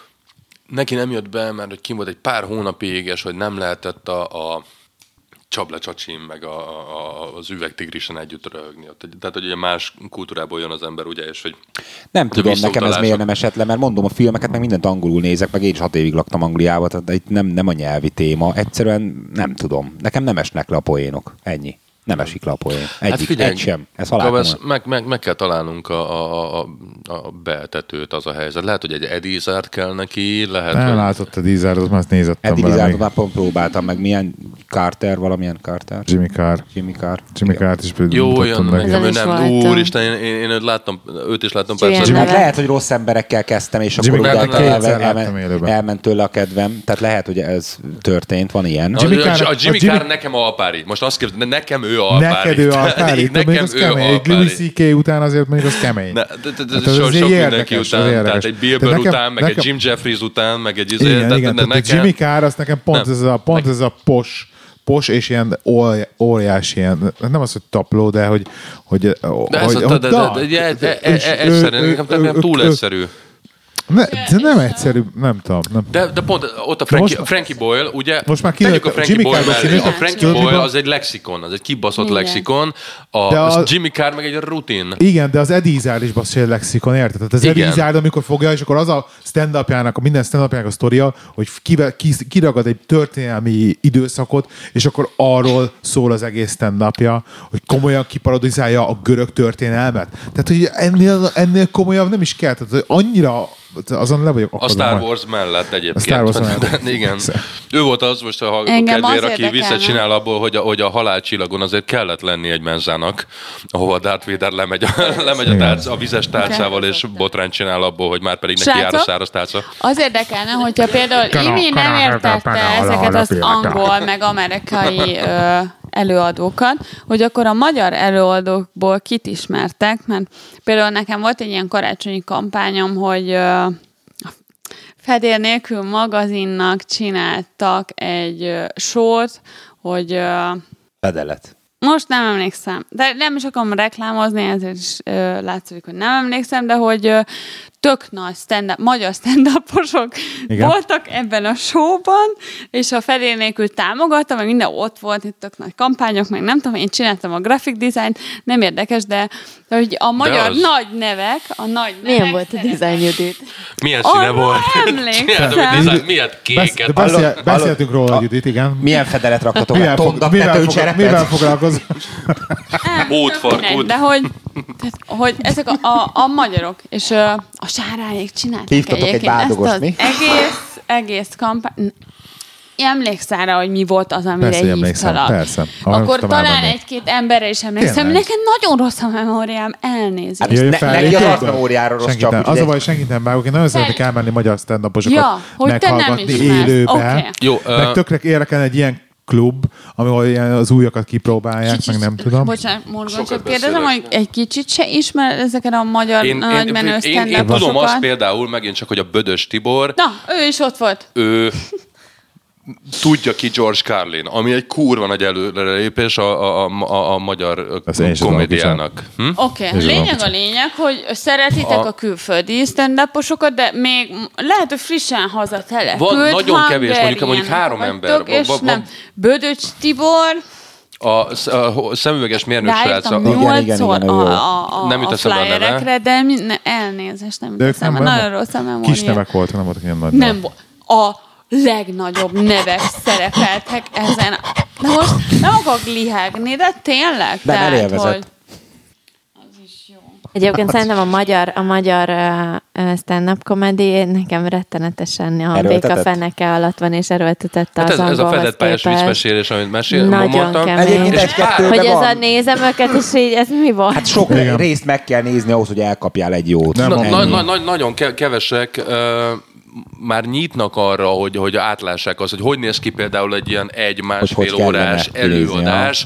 neki nem jött be, mert hogy kim volt egy pár hónapig éges, hogy nem lehetett a, a Csabla Csacsin, meg a, a, az Üvegtigrisen együtt röhögni. Tehát, hogy ugye más kultúrából jön az ember, ugye, és hogy... Nem tudom, nekem ez miért nem esett le, mert mondom, a filmeket meg mindent angolul nézek, meg én is hat évig laktam Angliában, tehát itt nem, nem a nyelvi téma. Egyszerűen nem tudom. Nekem nem esnek le a poénok. Ennyi. Nem esik le a poén. Egyik, hát figyelj, egy sem. Ez Gavesz, meg, meg, meg kell találnunk a, a, a, a betetőt, az a helyzet. Lehet, hogy egy Eddie Izzard kell neki, lehet... Nem hogy... látott Eddie Izzardot, már azt nézettem Eddie Izzardot már pont próbáltam meg. Milyen Carter, valamilyen Carter? Jimmy Carr. Jimmy Carr. Jimmy Carr-t is jó, olyan, nekem ő nem. Úristen, én, én, én őt láttam, őt is láttam persze. Hát lehet, hogy rossz emberekkel kezdtem, és Jimmy akkor Carr elment, elment, elment tőle a kedvem. Tehát lehet, hogy ez történt, van ilyen. A Jimmy Carr, a Jimmy Carr nekem alpári. Most azt képzeld, nekem ő alpári. Neked ő alpári? Nekem ő alpári. Louis cé ká után azért még az kemény. Sok mindenki után, tehát egy Bill Burr után, meg egy Jim Jeffries után, meg egy... Igen, igen, tehát Jimmy Carr, az nekem pont ez a pont ez a pos pos és ilyen óriási ilyen, nem az, hogy tapló, de hogy... hogy de ez a... Egyszerűen, nekem túl egyszerű. Ne, de nem egyszerű, nem tudom. Nem. De, de pont ott a Frankie, most, Frankie Boyle, ugye, most már tegyük a Frankie Boyle mellé, a Frankie Boyle Boyle az egy lexikon, az egy kibaszott igen. lexikon, a, a Jimmy Carr meg egy rutin. Igen, de az Eddie Izzard is basszus egy lexikon, érted? Tehát az igen. Eddie Izzard, amikor fogja, és akkor az a stand-upjának, a minden stand-upjának a sztoria, hogy kive, ki, kiragad egy történelmi időszakot, és akkor arról szól az egész stand-upja, hogy komolyan kiparodizálja a görög történelmet. Tehát, hogy ennél, ennél komolyabb nem is kell. Tehát, hogy annyira azon le vagyok akadva. A Star Wars mellett egyébként. A Star Wars mellett. Igen. Ő volt az most a hallgató kedvére, aki visszacsinál abból, hogy a, hogy a halálcsillagon azért kellett lenni egy menzának, ahova Darth Vader lemegy a, lemegy a, tárca, a vizes tálcával, és botrányt csinál abból, hogy már pedig neki jár a száraz tálca. Az érdekelne, hogyha például Imi nem értette ezeket az angol, meg amerikai ö, előadókat, hogy akkor a magyar előadókból kit ismertek, mert például nekem volt egy ilyen karácsonyi kampányom, hogy uh, Fedél nélkül magazinnak csináltak egy uh, sót, hogy... Uh, Fedelet. Most nem emlékszem, de nem is akarom reklámozni, ezért is uh, látszik, hogy nem emlékszem, de hogy uh, tök nagy stand-up, magyar stand-uposok voltak ebben a showban, és a Fedél nélkül támogatta, meg minden ott volt, itt tök nagy kampányok, meg nem tudom, én csináltam a graphic design, nem érdekes, de, de hogy a magyar az... nagy nevek, a nagy nevek... Milyen volt a design, Judit? Milyen színe volt? Emlékszem. Miért kéket? Beszél, beszéltünk róla, Judit, igen. Milyen fedelet raktatok? Mivel, fog, mivel, fog, mivel foglalkozol? Ótfarkút. De hogy, tehát, hogy ezek a, a, a magyarok, és uh, a Sáráék csináltak hívtatok egy bádogost, ezt az mi? egész, egész kampány... Emlékszel rá, hogy mi volt az, amire persze, hívtalak? Persze, akkor talán elmenni. Egy-két emberre is emlékszem. Nekem nagyon rossz a memóriám, elnézést. Hát ne, fel, neki a memóriára rossz csak. Nem, az a baj, senkit nem vágok. Én nagyon szeretnék elmenni magyar stand-uposokat ja, meghallgatni élőben. Okay. Jó, uh... meg tökre érdekel egy ilyen klub, ahol ilyen az újakat kipróbálják, kicsit, meg nem tudom. Bocsánat, Morgan, csak kérdezem, hogy egy kicsit se ismer ezeket a magyar én, nagy menő én, én, én tudom azt például megint csak, hogy a Bödös Tibor... Na, ő is ott volt. Ő... tudja ki George Carlin, ami egy kurva nagy előrelépés a, a, a, a magyar komédiának. Hm? Oké, okay. Lényeg a lényeg, hogy szeretitek a, a külföldi stand-uposokat, de még lehet, hogy frissen hazatelepült. Van nagyon kevés, mondjuk, mondjuk három ember. És van, nem, Bödöcs Tibor, a, a szemüveges mérnök srác. nyolcszor a, a, a, nem a flyerekre, de ne, elnézést, nem jut eszembe. Nagyon rossz a memória. Kis nevek voltak, nem voltak ilyen nagy. Nem volt. A legnagyobb nevek szerepeltek ezen. De most nem akarok lihegni, de tényleg. De tehát, hogy... Egyébként Egyébként szerintem a magyar, a magyar uh, stand-up comedy nekem rettenetesen a béka feneke alatt van, és erőltetette hát az ez, ez a fedett pályás viccmesélés, amit mesél, mondtam. Kemény. Hogy ez a nézem őket, és így ez mi volt? Hát sok igen. részt meg kell nézni ahhoz, hogy elkapjál egy jót. Na, na, na, na, nagyon kevesek uh, már nyitnak arra, hogy, hogy átlássák azt, hogy hogy néz ki például egy ilyen egy-másfél órás előadás.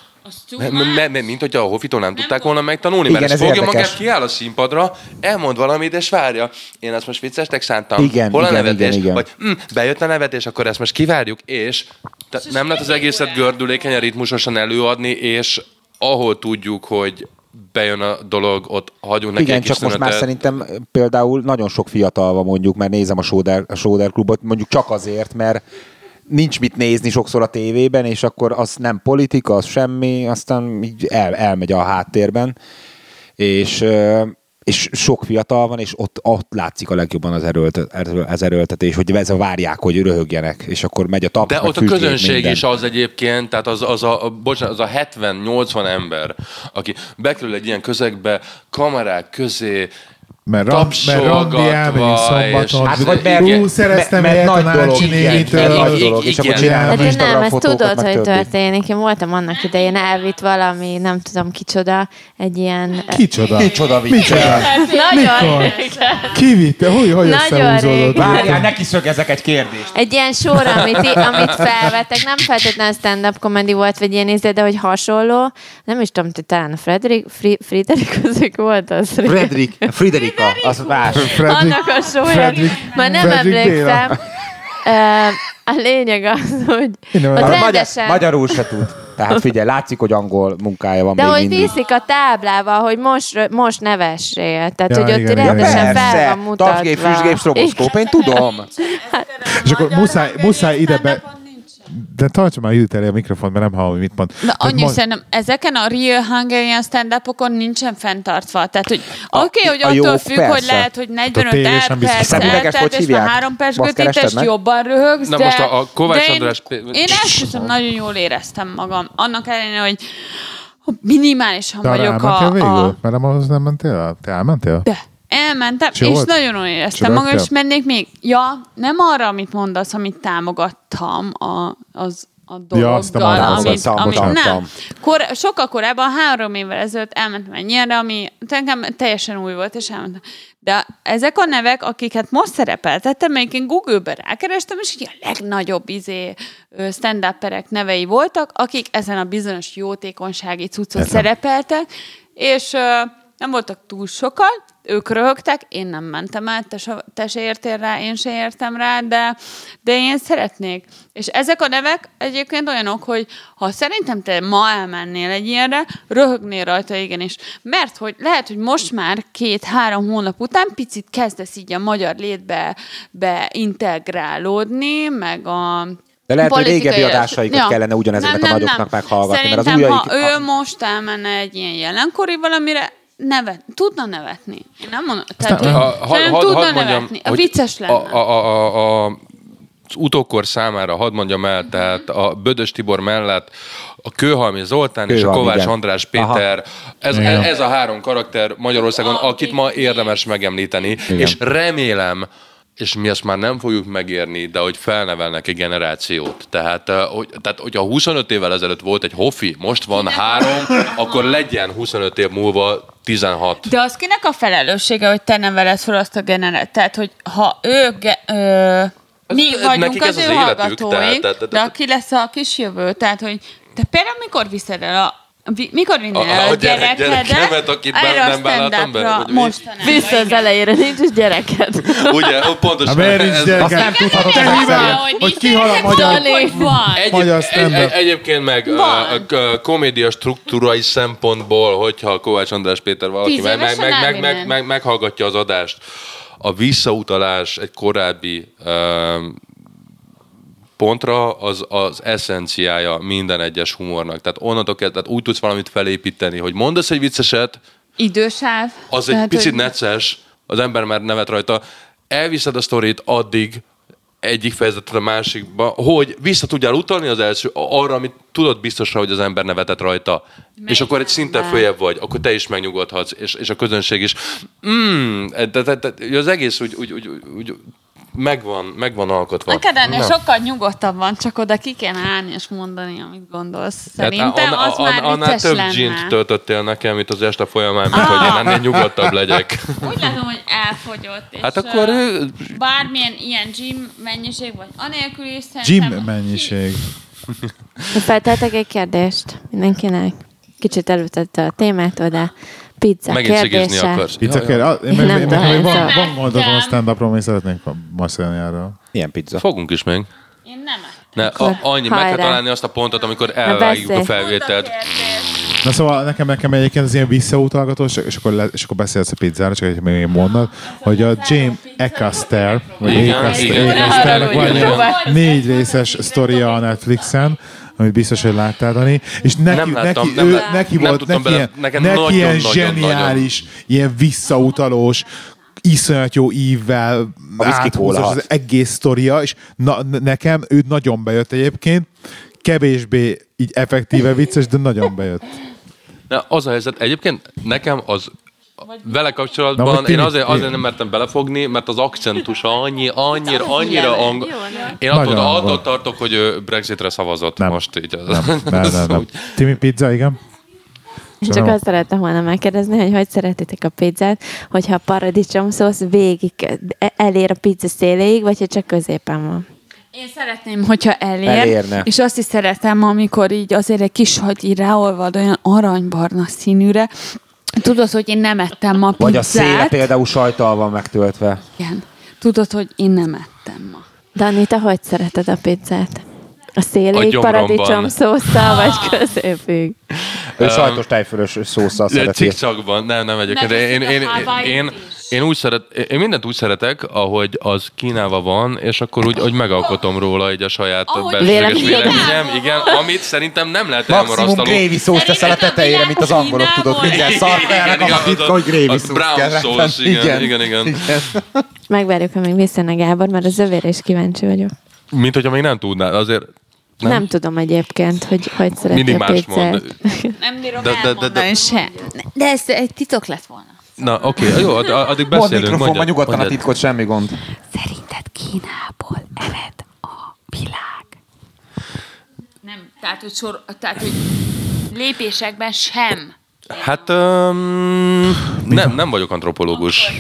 Mert mint hogyha a Hofitól nem, nem tudták volna megtanulni, igen, mert ez fogja érdekes. Magát, kiáll a színpadra, elmond valamit, és várja. Én ezt most viccesnek szántam. Igen, hol a igen, nevetés? Igen, igen. Vagy hm, bejött a nevetés, akkor ezt most kivárjuk, és nem lehet az egészet gördülékenyen, ritmusosan előadni, és ahol tudjuk, hogy bejön a dolog, ott hagyunk neki. Igen, csak most már szerintem például nagyon sok fiatal van mondjuk, mert nézem a Soder, a Soder klubot, mondjuk csak azért, mert nincs mit nézni sokszor a tévében, és akkor az nem politika, az semmi, aztán így el, elmegy a háttérben, és, és sok fiatal van, és ott, ott látszik a legjobban az, erőltet, az erőltetés, hogy ezzel várják, hogy röhögjenek, és akkor megy a taps, de ott a közönség minden. Is az egyébként, tehát az, az, a, bocsánat, az a hetven-nyolcvan ember, aki bekerül egy ilyen közegbe, kamerák közé, mert, ram, mert Randi elmegy szombaton. Hát vagy mert Hú, szereztem egyet a Nácsi nénitől. És akkor csinálnak de nem, ezt tudod, hogy történik. Én voltam annak idején, elvitt valami, nem tudom kicsoda, egy ilyen... Kicsoda? Kicsoda vicc. Nagyon Ki vitte? Hogy, hogy összehúzódott? Várjál, neki szögezek egy kérdést. Egy ilyen sor, amit, amit felvettek, nem feltétlenül stand-up comedy volt, vagy ilyen ízé, de hogy hasonló. Nem is tudom, hogy talán a Frederik, Friderikuzik volt az. Frederik, Friderika, az más. Annak a sója, már nem emlékszem. A lényeg az, hogy rendesen... Magyarul se tud. Tehát figyelj, látszik, hogy angol munkája van de még hogy mindig. viszik a táblával, hogy most, most nevessél. Tehát, ja, hogy igen, ott igen, rendesen igen. fel van mutatva. Tavgép, füstgép, stroboszkóp, én tudom. És akkor muszáj, muszáj ide be... De tartsa már időt elé a mikrofon, mert nem hallom, hogy mit mond. Na, annyi most... szerintem ezeken a Real Hungarian stand-upokon nincsen fenntartva. Tehát, hogy oké, okay, hogy attól jó, függ, persze. Hogy lehet, hogy negyvenöt perc eltelt, és már három perc götítést jobban röhögsz, na de, most a, a Kovács de András... én, én esküszöm, nagyon jól éreztem magam. Annak ellenére, hogy minimálisan de vagyok a... a... végül? Mert nem ahhoz nem mentél? Te elmentél? De. Elmentem, és volt? nagyon jól éreztem magam, és mennék még. Ja, nem arra, amit mondasz, amit támogattam a, az a dologgal, ja, amit, amit nem. Kor, sokkal korábban, három évvel ezelőtt elmentem egy ilyenre, ami nekem teljesen új volt, és elmentem. De ezek a nevek, akiket most szerepeltettem, melyik én Google-ben rákerestem, és így a legnagyobb izé stand-upperek nevei voltak, akik ezen a bizonyos jótékonysági cuccot szerepeltek, és nem voltak túl sokan, ők röhögtek, én nem mentem el, te se, te se értél rá, én se értem rá, de, de én szeretnék. És ezek a nevek egyébként olyanok, hogy ha szerintem te ma elmennél egy ilyenre, röhögnél rajta igenis. Mert hogy lehet, hogy most már két-három hónap után picit kezdesz így a magyar létbe beintegrálódni, meg a... De lehet, hogy régebbi adásaikat ja. kellene ugyanezeknek nem, a nagyoknak nem. meghallgatni. Szerintem, mert az ujjaik... ha ő most elmenne egy ilyen jelenkori valamire, Nevet, tudna nevetni. Én nem mondom. Tehát, ha, ha, ha, tudna had nevetni. Mondjam, a vicces lenne. A, a, a, a, az utókor számára hadd mondjam el, tehát a Bödös Tibor mellett a Kőhalmi Zoltán Kőhalmi, és a Kovács igen. András Péter, ez, ez a három karakter Magyarországon, a, akit ma érdemes megemlíteni, igen. és remélem, és mi azt már nem fogjuk megérni, de hogy felnevelnek egy generációt. Tehát, hogy, tehát hogyha huszonöt évvel ezelőtt volt egy Hofi, most van három, akkor legyen huszonöt év múlva tizenhat. De az kinek a felelőssége, hogy te neveled fel azt a generációt? Tehát, hogy ha ők... Ge- ö, mi ez, vagyunk az, az ő hallgatóink, tehát, de aki lesz a kisjövő? Tehát, hogy te például mikor viszed el a Mikor vinnél el a, a gyerekedet? Gyerekemet, akit nem, nem vállaltam be? Vissza az elejére, nincs is gyereked. Ugye, pontosan. Miért nincs gyereket? Azt nem tudhatod ezek szerint, hogy ki hal a magyar, magyar stand-up. Egyébként meg a komédia struktúrai szempontból, hogyha a Kovács András Péter valaki meghallgatja az adást, a visszautalás egy korábbi pontra az, az eszenciája minden egyes humornak. Tehát onnantól kell, tehát úgy tudsz valamit felépíteni, hogy mondasz egy vicceset, idősáv. Az egy picit hogy... necces, az ember már nevet rajta, elviszed a sztorit addig, egyik fejezetet a másikba, hogy vissza tudjál utalni az első arra, amit tudod biztosra, hogy az ember nevetett rajta. Melyik és akkor egy szinten följebb vagy, akkor te is megnyugodhatsz, és, és a közönség is. Mm, de, de, de, az egész úgy, úgy, úgy, úgy megvan, megvan alkotva. Neked ennél sokkal nyugodtabban, csak oda ki kell állni és mondani, amit gondolsz. Szerintem hát, az an, már an, annál több gint töltöttél nekem, mint az este folyamán, mint ah. hogy én ennél nyugodtabb legyek. Úgy látom, hogy elfogyott. És hát akkor... Uh, bármilyen ilyen gym mennyiség, vagy anélkül is szerintem... Gym mennyiség. Felteltek egy kérdést mindenkinek. Kicsit előtette a témától, de pizza megint kérdése. cigizni akarsz. Pizza kérdése. Én, én, én, én, én van, van mondatom a stand-upról, én szeretnék beszélni erről. Milyen pizza? Fogunk is még. Én nem. Ne, a, annyi, meg kell találni azt a pontot, amikor elvágjuk a felvételt. Na szóval nekem, nekem egyébként az ilyen visszautalgatós, és akkor, le, és akkor beszélsz a pizzára, csak egy még egy mondat, hogy a James Acaster, vagy Acaster, van egy négy részes sztoria a Netflixen, amit biztos, hogy láttál, Dani, és neki, nem láttam, neki, nem ő, lát, neki nem volt, neki bele, ilyen, neki nagyon, ilyen nagyon, zseniális, nagyon. Ilyen visszautalós, iszonyat jó ívvel áthúzós az egész sztoria, és na, nekem ő nagyon bejött egyébként, kevésbé így effektíve vicces, de nagyon bejött. Na, az a helyzet, egyébként nekem az vele kapcsolatban, én azért, azért nem mertem belefogni, mert az akcentusa annyi, annyira, annyira angol. Én attól, attól tartok, hogy ő Brexitre szavazott nem. most így. Nem, nem, nem, nem. Timi pizza, igen? Én csak azt szerettem volna megkérdezni, hogy hogy szeretitek a pizzát, hogyha a paradicsomszósz végig elér a pizza széléig, vagy hogy csak középen van. Én szeretném, hogyha elér, elérne. És azt is szeretem, amikor így azért egy kis hagy így ráolvad olyan aranybarna színűre. Tudod, hogy én nem ettem ma pizzát. Vagy a széle például sajttal van megtöltve. Igen. Tudod, hogy én nem ettem ma. Dani, te hogy szereted a pizzát? A széléig paradicsom szósszal, vagy középig? Ő sajtos tejfölös szósszal szereti. Cikcakban, nem, nem egyébként. Én, én, én, én, én, úgy szeret, én mindent úgy szeretek, ahogy az kínálva van, és akkor úgy, hogy megalkotom róla így a saját belsőleges véleményem. Igen, amit szerintem nem lehet elmarasztaló. Maximum gravy szósz teszel a tetejére, mint az angolok, tudod, minden szar felnek a titka, hogy gravy szósz kell. Brown sauce, igen, igen, igen. Megvárjuk, amíg visszajön a Gábor, mert az övére is kíváncsi vagyok. Mint hogyha még nem tudnál, azért... Nem? nem tudom egyébként, hogy hogy szereti a pizzát. Nem bírom de, elmondani de, de, se. De ez egy titok lett volna. Na, oké, okay. Jó, addig beszélünk. Mond mikrofonban nyugodtan a titkot, semmi gond. Szerinted Kínából ered a világ? Nem, tehát hogy, sor, tehát, hogy lépésekben sem. Hát um, nem, nem vagyok antropológus.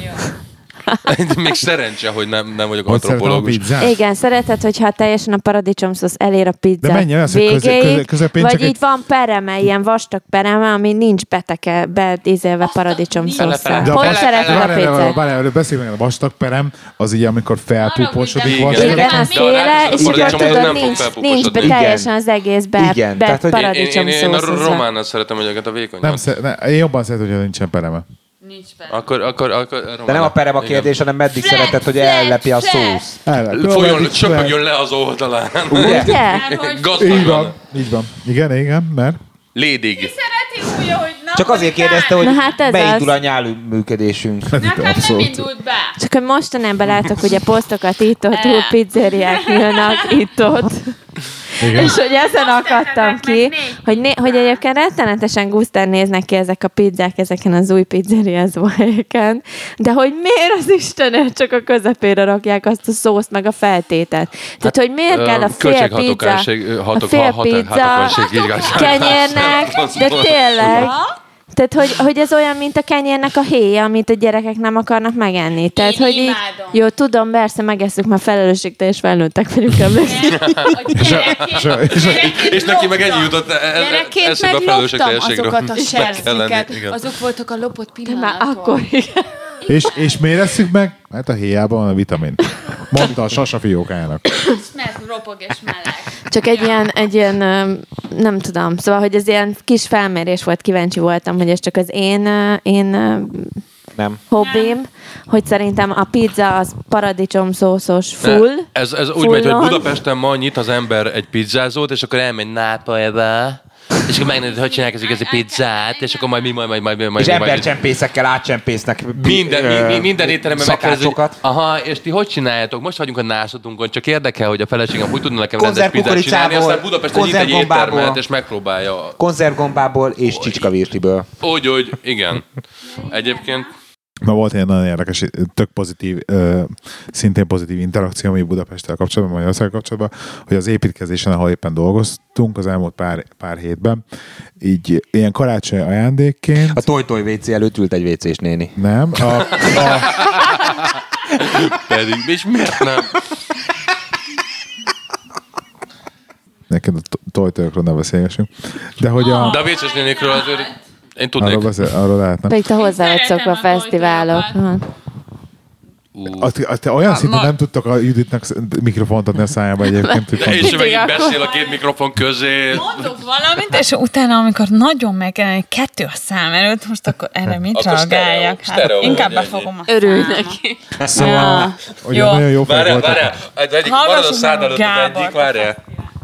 Még szerencse, hogy nem, nem vagyok antropológus. Igen, szereted, hogyha teljesen a paradicsomszósz elér a pizza végéig, vagy így van pereme, ilyen vastag pereme, ami nincs beteke, beízélve paradicsomszósszal. Hogy szereted a pizzát? Várjál, beszéljünk, a vastag perem, az így, amikor felpúposodik. Igen, a széle, és akkor tudod, nincs teljesen az egész paradicsomszószozva. Én a románnal szeretem egyébként a vékonyan. Én jobban szeretem, hogyha nincsen pereme. Nincs akkor, akkor, akkor, de nem a perem a kérdés, hanem meddig flash, szereted, hogy ellepi a szósz. Folyjon, csöpögjön le az oldalán. Ugye? Így van, így van. Igen, igen, mert? Lédig. Ki szereti úgy, hogy na, csak azért kérdezte, hogy hát beindul a nyálműködésünk. Nekem nem indult be. Csak hogy mostanában látok, hogy a posztokat itt-ott, túl pizzériák nyílnak itt-ott. Igen. És hogy ezen akadtam ki, hogy, né- hogy egyébként rettenetesen gusztán néznek ki ezek a pizzák ezeken az új pizzeriázó helyeken, de hogy miért az Istenért csak a közepére rakják azt a szószt meg a feltétet. Tehát, hát, hogy miért kell a fél pizza, a fél pizza kenyérnek, de tényleg... Tehát, hogy, hogy ez olyan, mint a kenyérnek a héja, amit a gyerekek nem akarnak megenni. Tehát, én hogy így, jó, tudom, persze megesszük, már felelősségteljes felnőttek vagyunk emlékszik. És neki meg ennyi jutott eszébe a felelősségteljességről. Azokat a sercniket. Azok voltak a lopott pillanatok. Akkor igen. És, és miért eszük meg? Hát a héjában van a vitamin. Mondta a Sasa fiókájának. Mert ropog és meleg. Csak egy ilyen, egy ilyen, nem tudom, szóval, hogy ez ilyen kis felmérés volt, kíváncsi voltam, hogy ez csak az én, én nem. hobbim, nem. Hogy szerintem a pizza az paradicsomszószos full. Ne, ez, ez úgy megy, hogy Budapesten ma nyit az ember egy pizzázót, és akkor elmegy Nápolyba, És akkor megnézed, hogy csinálják az igazi pizzát, és akkor majd mi majd, majd, majd, majd És majd, embercsempészekkel átcsempésznek minden, mi, mi, minden étteremben megkérdezik, szakácsokat. aha, és ti hogy csináljátok? Most vagyunk a nászotunkon, csak érdekel, hogy a feleségem hogy tudna nekem rendes pizzát Konzervkukoricából, csinálni, aztán Budapesten nyit egy konzervgombából. éttermet, és megpróbálja. Konzervgombából és csicskavirsliből. Úgy, úgy, igen. Egyébként Ma volt egy nagyon érdekes, tök pozitív, ö, szintén pozitív interakció, ami Budapesttel kapcsolatban, Magyarországgal kapcsolatban, hogy az építkezésen, ahol éppen dolgoztunk az elmúlt pár, pár hétben, így ilyen karácsonyi ajándékként... A Toy-Toy vé cé előtt ült egy vécés néni. Nem. A, a, pedig, és miért nem? neked a tojtojokról ne beszélgessünk. De hogy a... De a vécés nénikről azért én Arról, tudnék. beszél, arról lehetne. Pedig te hozzá vagy Szeretem szokva a a fesztiválokon. A, te, te olyan szinten ma- nem tudtak a Juditnak mikrofont adni a szájába egyébként. Hogy És ő fontos. megint akkor- beszél a két mikrofon közé. Mondok valamit, és utána, amikor nagyon meg kellene, kettő a szám előtt, most akkor erre mit Akkor reagáljak? sztereó, sztereó, inkább ennyi. befogom a Örülj számat. neki. Szóval, hogy Jó. nagyon jó fej Várjál, voltak. várjál. Az egyik, marad a Hallgassuk szád meg előtt az Gábort. egyik, várjál.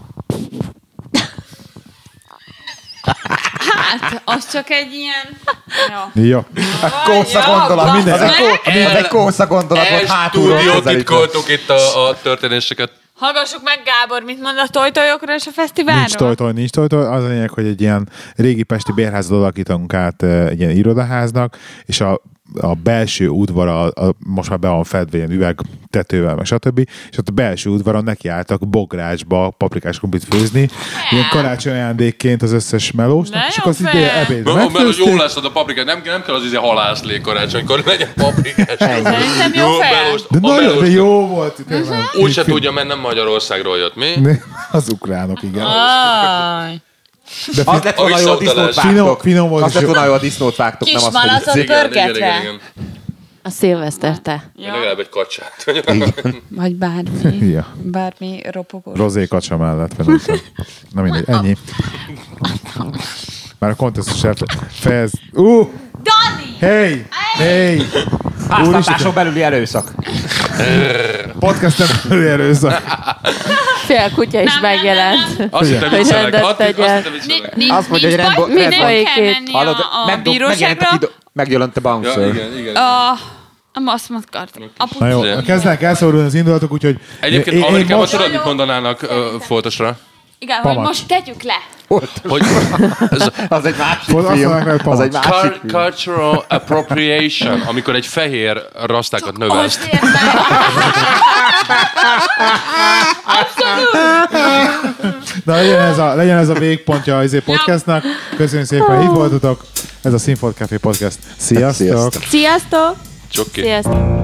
Hát, az csak egy ilyen... Jó. Jó. Kósza Jó, gondolat. bazd Az egy, meg! kó, az egy kósza gondolat volt hátulról. Elstúdiót közelítve. titkoltuk itt a, a történéseket. Hallgassuk meg, Gábor, mit mond a tojtojokról és a fesztiválról? Nincs tojtoj, nincs tojtoj. Az a lényeg, hogy egy ilyen régi pesti bérházat alakítunk át eh, egy ilyen irodaháznak, és a, a belső udvara, a, a, most már be van fedve ilyen üveg tetővel, meg stb. És ott a belső udvaron nekiálltak bográcsba paprikás krumplit főzni, ilyen karácsony ajándékként az összes melósnak, De és jó akkor az fej. ide ebédbe Mert hogy megfőzték. jó lesz az a paprikát, nem, nem kell az izé halászlé karácsonykor, legyen paprikás. Szerintem jó fej. melós, De a nagyon de melós, jó volt. tényleg. úgy se tudja, mert nem Magyarországról jött, mi? Az ukránok, igen. Aj. De Az lett volna A jó, a disznót visszautalás. Finom- vágtok. finom volt Az és lett jó. volna jó, a disznót vágtok, Kis nem azt, malacot hogy... Igen, igen, pörgetve. igen, igen. A szilveszterte. Ja. Legalább egy kacsát. Vagy bármi. Ja. Bármi ropogó. Rozé kacsa mellett. vagy nem tudom. Na mindegy, ennyi. Már a kontesztus fejez... Uh! Dani! Hey! Hey! Háztartáson belüli erőszak. Podcastem belül erőszak. Fél kutya is Nem, megjelent. nem, Azt hittem Hogy viccelek. rendet Azt azt tegyen. hittem viccelek. Nincs, Azt mondja, nincs hogy baj, Rambo- mi Rambo- nem kell két. menni Hallod, a, a megdob- megjelent a bíróságra. kido- megjelent a Ja, bouncer. igen, igen. A, a maszmat kart. Apu. Na jó, kezdenek elszabadulni az indulatok, úgyhogy... Egyébként én- én Amerikában most- tudod, mit mondanának uh, Foltosra? Igen, hogy Pamacs. most tegyük le. Hogy ez Az egy másik Azt film. mondják, hogy Az egy pamacs. másik cul- film. cultural appropriation, amikor egy fehér rasztákat növelsz. Most értem. Na legyen ez a, legyen ez a végpontja az podcastnak. Köszönjük szépen, hogy itt voltatok. Ez a Színfolt Café Podcast. Sziasztok! Sziasztok. Sziasztok! Csoki. Sziasztok!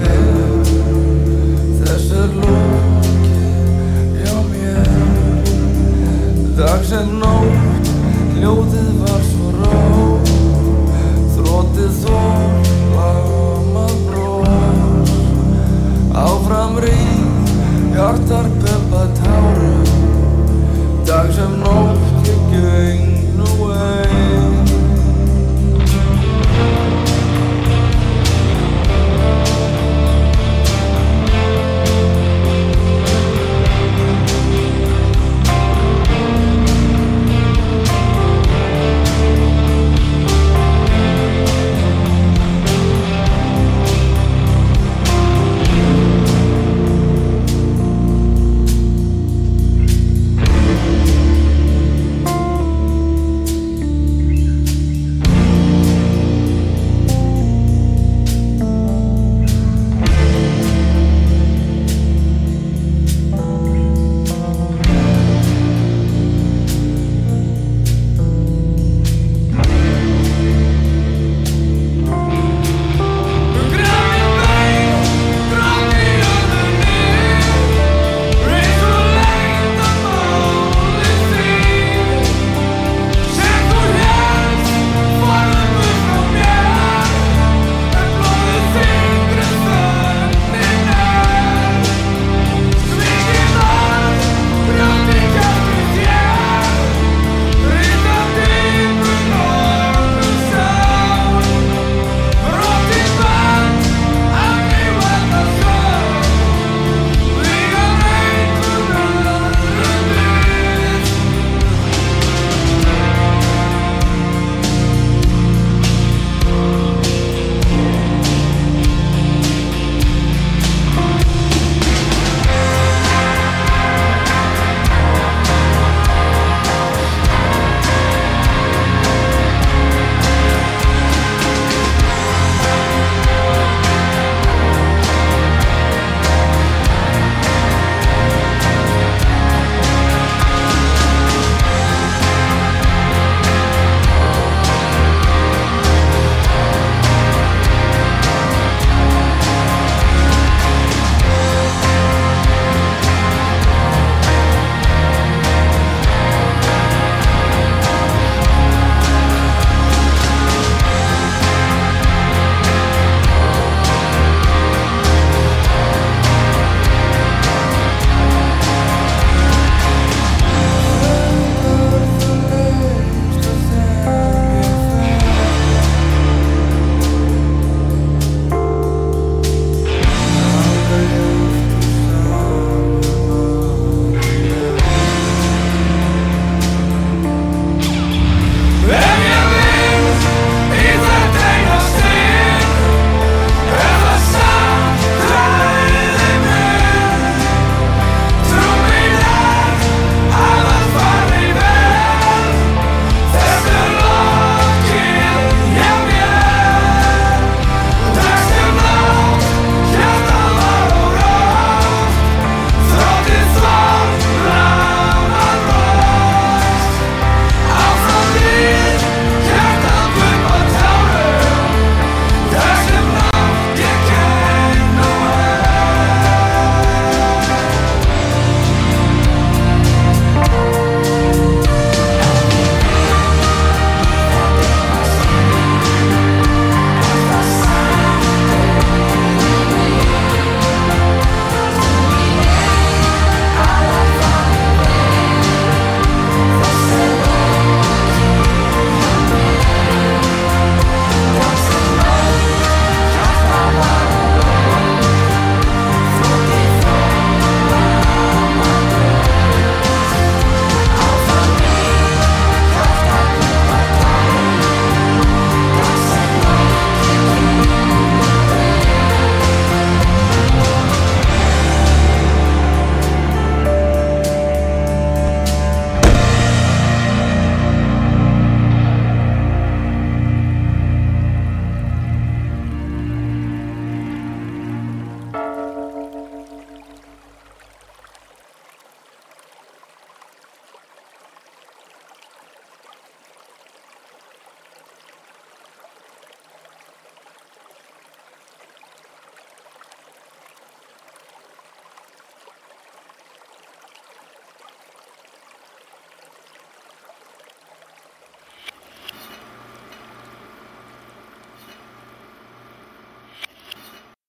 Þessar lóki, já mér Dag sem nótt, ljóðið var svo ró, þrotið þól, lamað brós. Áfram ríð, hjartar peppa tárum. Dag sem nótt